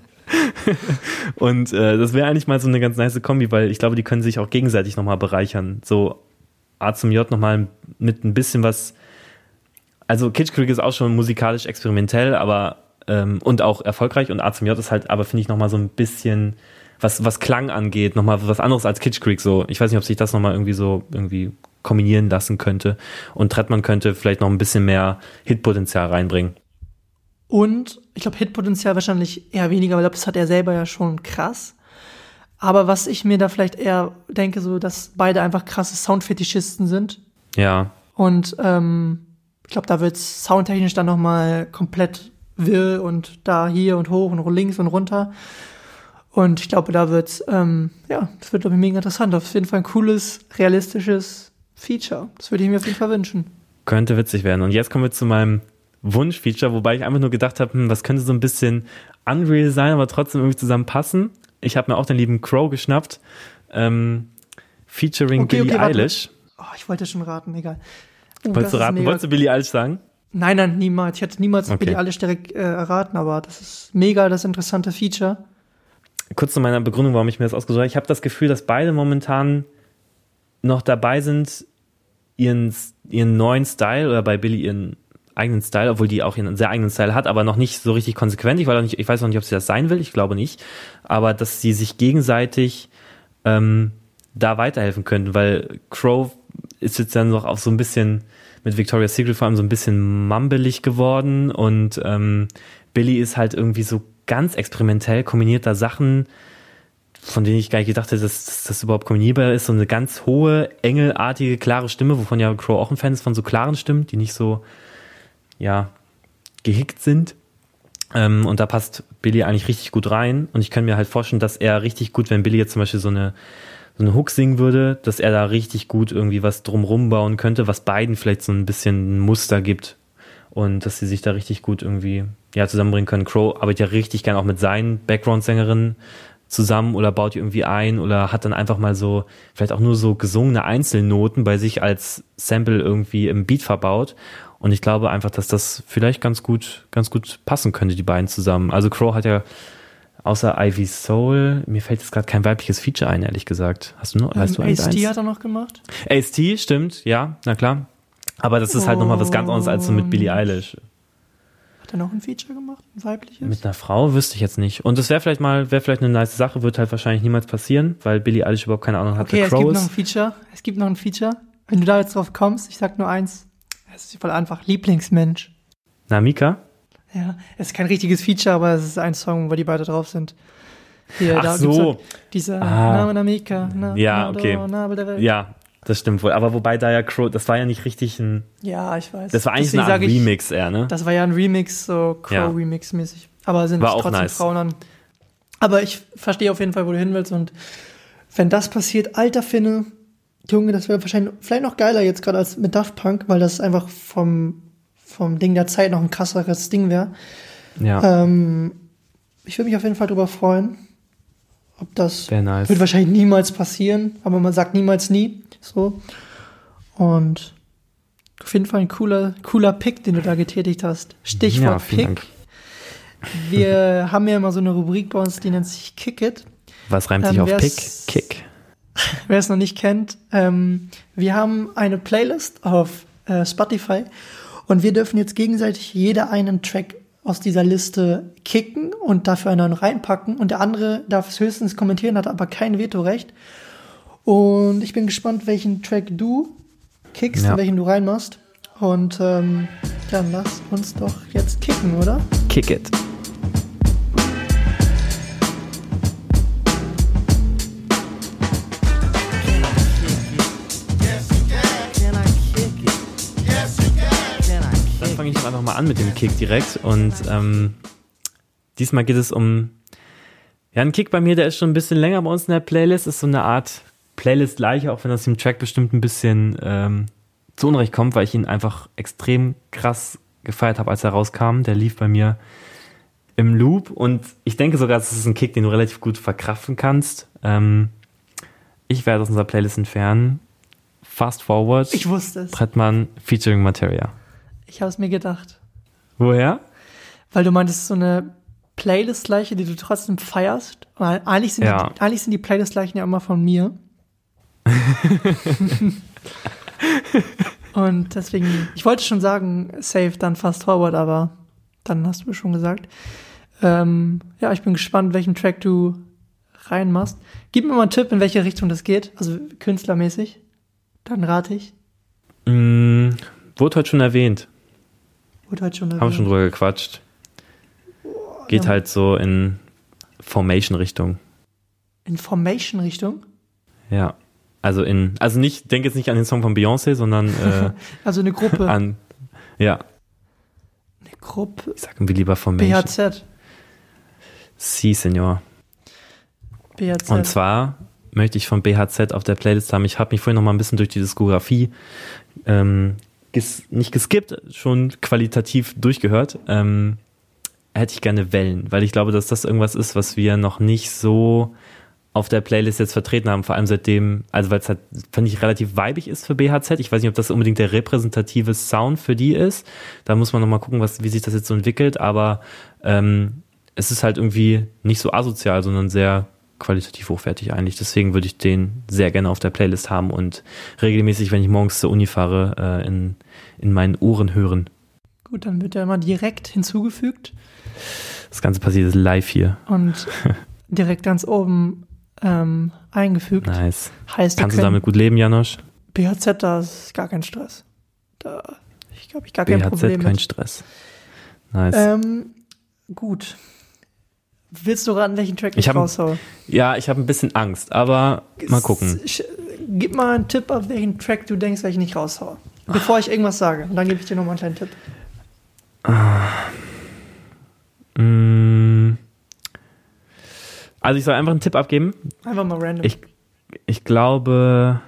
Und das wäre eigentlich mal so eine ganz nice Kombi, weil ich glaube, die können sich auch gegenseitig nochmal bereichern. So A zum J nochmal mit ein bisschen was. Also Kitsch Creek ist auch schon musikalisch experimentell, aber und auch erfolgreich, und A zum J ist halt, aber finde ich nochmal so ein bisschen, was Klang angeht, nochmal was anderes als Kitsch Creek so. Ich weiß nicht, ob sich das nochmal irgendwie kombinieren lassen könnte, und Trettmann könnte vielleicht noch ein bisschen mehr Hitpotenzial reinbringen. Und ich glaube, Hitpotenzial wahrscheinlich eher weniger, weil das hat er selber ja schon krass. Aber was ich mir da vielleicht eher denke, so, dass beide einfach krasse Soundfetischisten sind. Ja. Und ich glaube, da wird's soundtechnisch dann nochmal komplett wirr und da hier und hoch und links und runter. Und ich glaube, da wird's, das wird, glaube ich, mega interessant. Auf jeden Fall ein cooles, realistisches Feature. Das würde ich mir auf jeden Fall wünschen. Könnte witzig werden. Und jetzt kommen wir zu meinem Wunsch-Feature, wobei ich einfach nur gedacht habe, was könnte so ein bisschen unreal sein, aber trotzdem irgendwie zusammenpassen. Ich habe mir auch den lieben Crow geschnappt. Featuring Billie Eilish. Oh, ich wollte schon raten, egal. Wolltest du raten? Wolltest du Billie Eilish sagen? Nein, niemals. Ich hätte niemals Billie Eilish direkt erraten, aber das ist mega das interessante Feature. Kurz zu meiner Begründung, warum ich mir das ausgesucht habe. Ich habe das Gefühl, dass beide momentan noch dabei sind, ihren neuen Style, oder bei Billie ihren eigenen Style, obwohl die auch ihren sehr eigenen Style hat, aber noch nicht so richtig konsequent. Ich weiß noch nicht, ob sie das sein will. Ich glaube nicht. Aber dass sie sich gegenseitig da weiterhelfen könnten, weil Crow ist jetzt dann noch auch so ein bisschen mit Victoria's Secret vor allem so ein bisschen mumbelig geworden, und Billie ist halt irgendwie so ganz experimentell, kombiniert da Sachen, von denen ich gar nicht gedacht hätte, dass das überhaupt kombinierbar ist. So eine ganz hohe, engelartige, klare Stimme, wovon ja Crow auch ein Fan ist, von so klaren Stimmen, die nicht so, gehickt sind. Und da passt Billie eigentlich richtig gut rein. Und ich kann mir halt vorstellen, dass er richtig gut, wenn Billie jetzt zum Beispiel so eine Hook singen würde, dass er da richtig gut irgendwie was drumrum bauen könnte, was beiden vielleicht so ein bisschen ein Muster gibt. Und dass sie sich da richtig gut irgendwie zusammenbringen können. Crow arbeitet ja richtig gern auch mit seinen Background-Sängerinnen zusammen oder baut die irgendwie ein oder hat dann einfach mal so, vielleicht auch nur so gesungene Einzelnoten bei sich als Sample irgendwie im Beat verbaut. Und ich glaube einfach, dass das vielleicht ganz gut passen könnte, die beiden zusammen. Also Crow hat ja außer Ivy Soul, mir fällt jetzt gerade kein weibliches Feature ein, ehrlich gesagt. Weißt du Ace-T hat er noch gemacht. Ace-T, stimmt, ja, na klar. Aber das ist halt nochmal was ganz anderes als so mit Billie Eilish. Hat er noch ein Feature gemacht, ein weibliches? Mit einer Frau wüsste ich jetzt nicht. Und das wäre vielleicht eine nice Sache, wird halt wahrscheinlich niemals passieren, weil Billie Eilish überhaupt keine Ahnung hat, okay, es gibt noch ein Feature. Wenn du da jetzt drauf kommst, ich sag nur eins, es ist voll einfach, Lieblingsmensch. Na, Mika? Ja, es ist kein richtiges Feature, aber es ist ein Song, wo die beide drauf sind. Hier, Ach da so. Gibt's halt dieser Name Namika. Ja, okay. Ja, das stimmt wohl. Aber wobei da ja Crow, das war ja nicht richtig ein... Ja, ich weiß. Das war eigentlich eine Art Remix eher, ne? Das war ja ein Remix, so Crow-Remix-mäßig. Aber sind war trotzdem nice. Frauen an. Aber ich verstehe auf jeden Fall, wo du hin willst. Und wenn das passiert, alter Finne, Junge, das wäre vielleicht noch geiler jetzt gerade als mit Daft Punk, weil das einfach vom Ding der Zeit noch ein krasseres Ding wäre. Ja. Ich würde mich auf jeden Fall drüber freuen. Ob das nice. Wird wahrscheinlich niemals passieren, aber man sagt niemals nie. So. Und auf jeden Fall ein cooler Pick, den du da getätigt hast. Stichwort Pick. Dank. Wir haben ja immer so eine Rubrik bei uns, die nennt sich Kick It. Was reimt sich auf Pick? Kick. Wer es noch nicht kennt, wir haben eine Playlist auf Spotify und wir dürfen jetzt gegenseitig jeder einen Track aus dieser Liste kicken und dafür einen reinpacken und der andere darf es höchstens kommentieren, hat aber kein Vetorecht. Und ich bin gespannt, welchen Track du kickst und welchen du reinmachst. Und dann lass uns doch jetzt kicken, oder? Kick it. Dann fange ich doch einfach mal an mit dem Kick direkt. Und diesmal geht es um einen Kick bei mir, der ist schon ein bisschen länger bei uns in der Playlist. Ist so eine Art Playlist-Leiche, auch wenn das dem Track bestimmt ein bisschen zu Unrecht kommt, weil ich ihn einfach extrem krass gefeiert habe, als er rauskam. Der lief bei mir im Loop und ich denke sogar, das ist ein Kick, den du relativ gut verkraften kannst. Ich werde aus unserer Playlist entfernen. Fast Forward. Ich wusste es. Trettmann featuring Materia. Ich habe es mir gedacht. Woher? Weil du meintest, so eine Playlist-Leiche, die du trotzdem feierst. Weil eigentlich sind die Playlist-Leichen ja immer von mir. Und deswegen, ich wollte schon sagen, safe, dann Fast Forward, aber dann hast du schon gesagt. Ich bin gespannt, welchen Track du reinmachst. Gib mir mal einen Tipp, in welche Richtung das geht, also künstlermäßig. Dann rate ich. Wurde heute schon erwähnt. Haben wir schon drüber gequatscht. Geht halt so in Formation-Richtung. In Formation-Richtung? Ja. Also denk jetzt nicht an den Song von Beyoncé, sondern also eine Gruppe. Ja. Eine Gruppe. Ich sag irgendwie lieber Formation. BHZ. Si, Senor. BHZ. Und zwar möchte ich von BHZ auf der Playlist haben. Ich habe mich vorhin noch mal ein bisschen durch die Diskografie nicht geskippt, schon qualitativ durchgehört. Hätte ich gerne Wellen, weil ich glaube, dass das irgendwas ist, was wir noch nicht so auf der Playlist jetzt vertreten haben, vor allem seitdem, also weil es halt, finde ich, relativ weibig ist für BHZ. Ich weiß nicht, ob das unbedingt der repräsentative Sound für die ist. Da muss man nochmal gucken, wie sich das jetzt so entwickelt, aber es ist halt irgendwie nicht so asozial, sondern sehr qualitativ hochwertig eigentlich. Deswegen würde ich den sehr gerne auf der Playlist haben und regelmäßig, wenn ich morgens zur Uni fahre, in meinen Ohren hören. Gut, dann wird er immer direkt hinzugefügt. Das Ganze passiert live hier. Und direkt ganz oben eingefügt. Nice. Heißt, kannst du damit gut leben, Janosch? BHZ, da ist gar kein Stress. Ich glaube, ich gar kein Problem. BHZ, kein Stress. Nice. Gut. Willst du raten, welchen Track ich raushaue? Ja, ich habe ein bisschen Angst, aber mal gucken. Gib mal einen Tipp, auf welchen Track du denkst, welchen ich raushaue. Bevor ich irgendwas sage. Und dann gebe ich dir nochmal einen kleinen Tipp. Also ich soll einfach einen Tipp abgeben. Einfach mal random. Ich glaube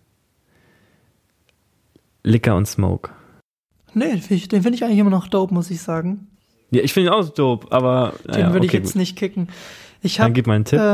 Liquor und Smoke. Nee, den finde ich eigentlich immer noch dope, muss ich sagen. Ja, ich finde ihn auch dope, aber den würde ich jetzt nicht kicken. Dann gib mal einen Tipp.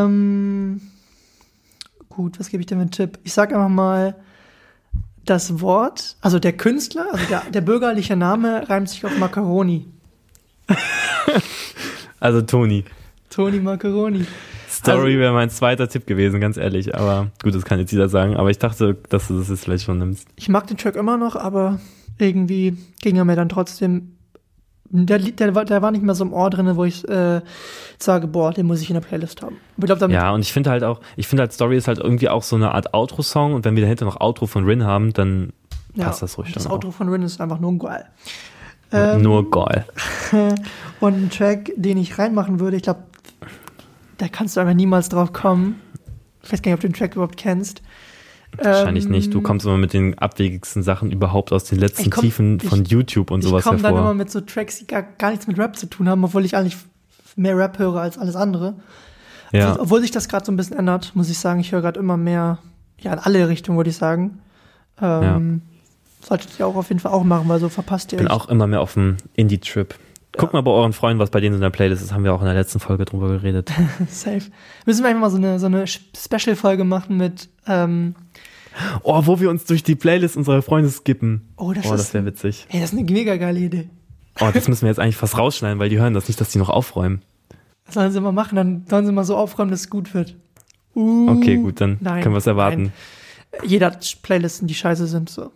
Gut, was gebe ich dir für einen Tipp? Ich sag einfach mal das Wort, also der Künstler, also der bürgerliche Name reimt sich auf Macaroni. Also Toni. Tony Macaroni. Story wäre mein zweiter Tipp gewesen, ganz ehrlich. Aber gut, das kann jetzt jeder sagen. Aber ich dachte, dass du das jetzt vielleicht schon nimmst. Ich mag den Track immer noch, aber irgendwie ging er mir dann trotzdem. Der war nicht mehr so im Ohr drin, wo ich sage, boah, den muss ich in der Playlist haben. Aber ich glaub, ja, und ich finde halt Story ist halt irgendwie auch so eine Art Outro-Song. Und wenn wir dahinter noch Outro von Rin haben, dann passt das ruhig schon. Das Outro von Rin ist einfach nur geil. Nur geil. Und ein Track, den ich reinmachen würde, ich glaube, da kannst du einfach niemals drauf kommen. Ich weiß gar nicht, ob du den Track überhaupt kennst. Wahrscheinlich nicht. Du kommst immer mit den abwegigsten Sachen überhaupt aus den letzten Tiefen von YouTube und sowas hervor. Ich komme dann immer mit so Tracks, die gar nichts mit Rap zu tun haben, obwohl ich eigentlich mehr Rap höre als alles andere. Ja. Obwohl sich das gerade so ein bisschen ändert, muss ich sagen. Ich höre gerade immer mehr, in alle Richtungen, würde ich sagen. Solltet ihr auch auf jeden Fall auch machen, weil so verpasst ihr Ich bin auch immer mehr auf dem Indie-Trip. Guckt mal bei euren Freunden, was bei denen in der Playlist ist. Haben wir auch in der letzten Folge drüber geredet. Safe. Müssen wir einfach mal so eine Special-Folge machen mit wo wir uns durch die Playlist unserer Freunde skippen. Das wäre witzig. Hey, das ist eine mega geile Idee. Das müssen wir jetzt eigentlich fast rausschneiden, weil die hören das nicht, dass die noch aufräumen. Das sollen sie mal machen, dann sollen sie mal so aufräumen, dass es gut wird. Okay, gut, dann können wir es erwarten. Jeder hat Playlisten, die scheiße sind, so.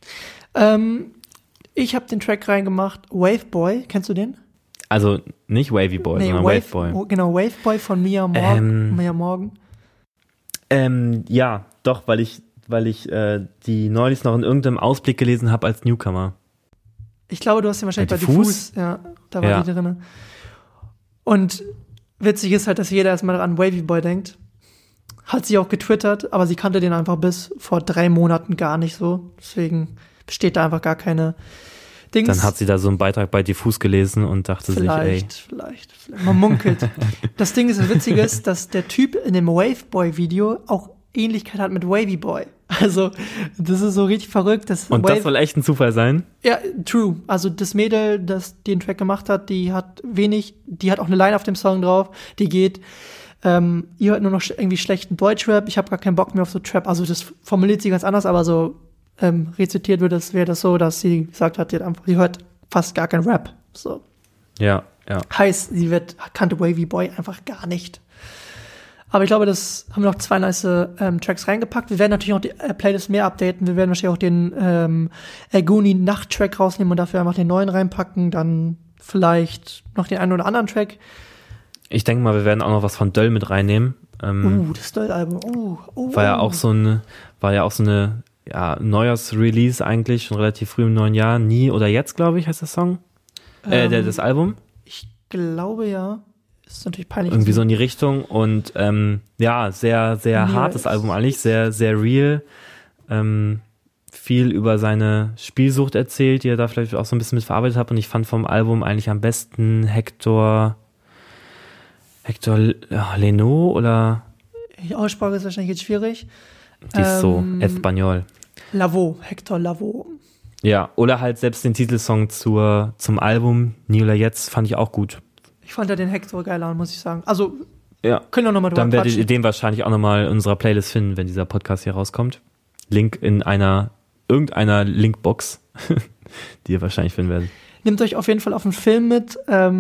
Ich habe den Track reingemacht, Waveboy, kennst du den? Also nicht Wavy Boy, sondern Waveboy. Genau, Waveboy von Mia Morgan. Ja, doch, weil ich die neulich noch in irgendeinem Ausblick gelesen habe als Newcomer. Ich glaube, du hast den wahrscheinlich bei Diffus. Ja, da war die drin. Und witzig ist halt, dass jeder erstmal an Wavy Boy denkt. Hat sie auch getwittert, aber sie kannte den einfach bis vor 3 Monaten gar nicht so. Deswegen besteht da einfach gar keine Dings. Dann hat sie da so einen Beitrag bei Diffus gelesen und dachte vielleicht. Man munkelt. Das Ding ist, das Witzige ist, dass der Typ in dem Waveboy-Video auch Ähnlichkeit hat mit Wavy Boy. Also, das ist so richtig verrückt. Das soll echt ein Zufall sein? Ja, true. Also, das Mädel, das den Track gemacht hat, die hat auch eine Line auf dem Song drauf, die geht, ihr hört nur noch irgendwie schlechten Deutschrap, ich habe gar keinen Bock mehr auf so Trap. Also, das formuliert sie ganz anders, aber so rezitiert wäre das so, dass sie gesagt hat, sie hört fast gar keinen Rap. So. Ja. Heißt, sie kannte Wavy Boy einfach gar nicht. Aber ich glaube, das haben wir noch 2 nice Tracks reingepackt. Wir werden natürlich auch die Playlist mehr updaten. Wir werden wahrscheinlich auch den Aguni Nacht-Track rausnehmen und dafür einfach den neuen reinpacken. Dann vielleicht noch den einen oder anderen Track. Ich denke mal, wir werden auch noch was von Döll mit reinnehmen. Das Döll-Album. War ja auch so eine Neujahrs-Release eigentlich, schon relativ früh im neuen Jahr. Nie oder jetzt, glaube ich, heißt der Song. Das Album. Ich glaube, ja. Ist natürlich peinlich. Irgendwie so in die Richtung und sehr, sehr hartes Album eigentlich, sehr, sehr real. Viel über seine Spielsucht erzählt, die er da vielleicht auch so ein bisschen mit verarbeitet hat und ich fand vom Album eigentlich am besten Hector Lenoir oder? Die Aussprache ist wahrscheinlich jetzt schwierig. Die ist so, Espanol. Hector Lavoe. Ja, oder halt selbst den Titelsong zum Album, Nie oder Jetzt, fand ich auch gut. Ich fand ja den Hector geiler, muss ich sagen. Also, können wir nochmal drüber quatschen. Dann werdet ihr den wahrscheinlich auch nochmal in unserer Playlist finden, wenn dieser Podcast hier rauskommt. Link in irgendeiner Linkbox, die ihr wahrscheinlich finden werdet. Nehmt euch auf jeden Fall auf einen Film mit.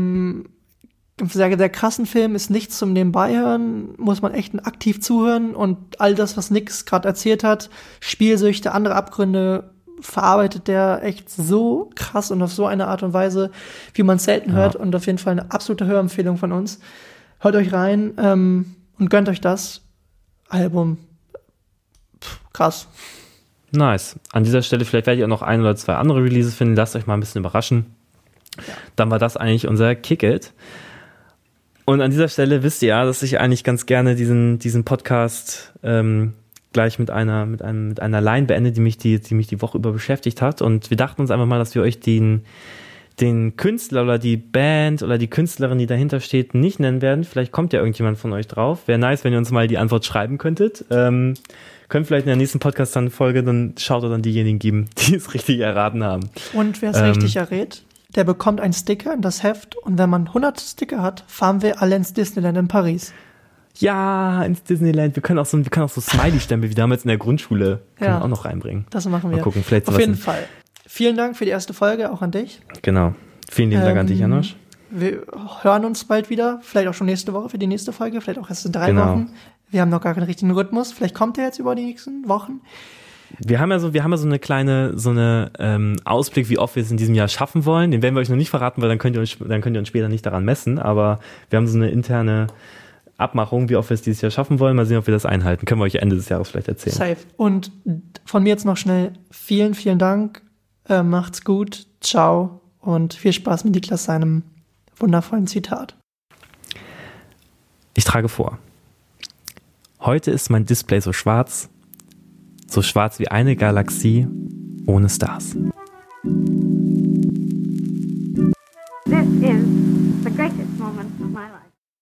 Der krassen Film ist nichts zum Nebenbeihören, muss man echt aktiv zuhören und all das, was Nix gerade erzählt hat, Spielsüchte, andere Abgründe, verarbeitet der echt so krass und auf so eine Art und Weise, wie man es selten hört und auf jeden Fall eine absolute Hörempfehlung von uns. Hört euch rein und gönnt euch das Album. Krass. Nice. An dieser Stelle vielleicht werdet ihr auch noch 1 oder 2 andere Releases finden. Lasst euch mal ein bisschen überraschen. Ja. Dann war das eigentlich unser Kick-It. Und an dieser Stelle wisst ihr ja, dass ich eigentlich ganz gerne diesen Podcast gleich mit einer Line beende, die mich die Woche über beschäftigt hat. Und wir dachten uns einfach mal, dass wir euch den Künstler oder die Band oder die Künstlerin, die dahinter steht, nicht nennen werden. Vielleicht kommt ja irgendjemand von euch drauf. Wäre nice, wenn ihr uns mal die Antwort schreiben könntet. Könnt vielleicht in der nächsten Podcast-Folge dann Shoutout an diejenigen geben, die es richtig erraten haben. Und wer es richtig errät, der bekommt einen Sticker in das Heft. Und wenn man 100 Sticker hat, fahren wir alle ins Disneyland in Paris. Ja, ins Disneyland. Wir können auch so Smiley-Stempel, wie damals in der Grundschule, können wir auch noch reinbringen. Das machen wir. Mal gucken, vielleicht auf jeden Fall. Vielen Dank für die erste Folge, auch an dich. Genau. Vielen lieben Dank an dich, Janosch. wir hören uns bald wieder. Vielleicht auch schon nächste Woche für die nächste Folge. Vielleicht auch erst in 3 Wochen. Wir haben noch gar keinen richtigen Rhythmus. Vielleicht kommt der jetzt über die nächsten Wochen. Wir haben ja so eine kleine Ausblick, wie oft wir es in diesem Jahr schaffen wollen. Den werden wir euch noch nicht verraten, weil dann könnt ihr uns später nicht daran messen. Aber wir haben so eine interne Abmachung, wie oft wir es dieses Jahr schaffen wollen. Mal sehen, ob wir das einhalten. Können wir euch Ende des Jahres vielleicht erzählen. Safe. Und von mir jetzt noch schnell vielen, vielen Dank. Macht's gut. Ciao. Und viel Spaß mit Niklas seinem wundervollen Zitat. Ich trage vor. Heute ist mein Display so schwarz wie eine Galaxie ohne Stars. This is the greatest moment of my life.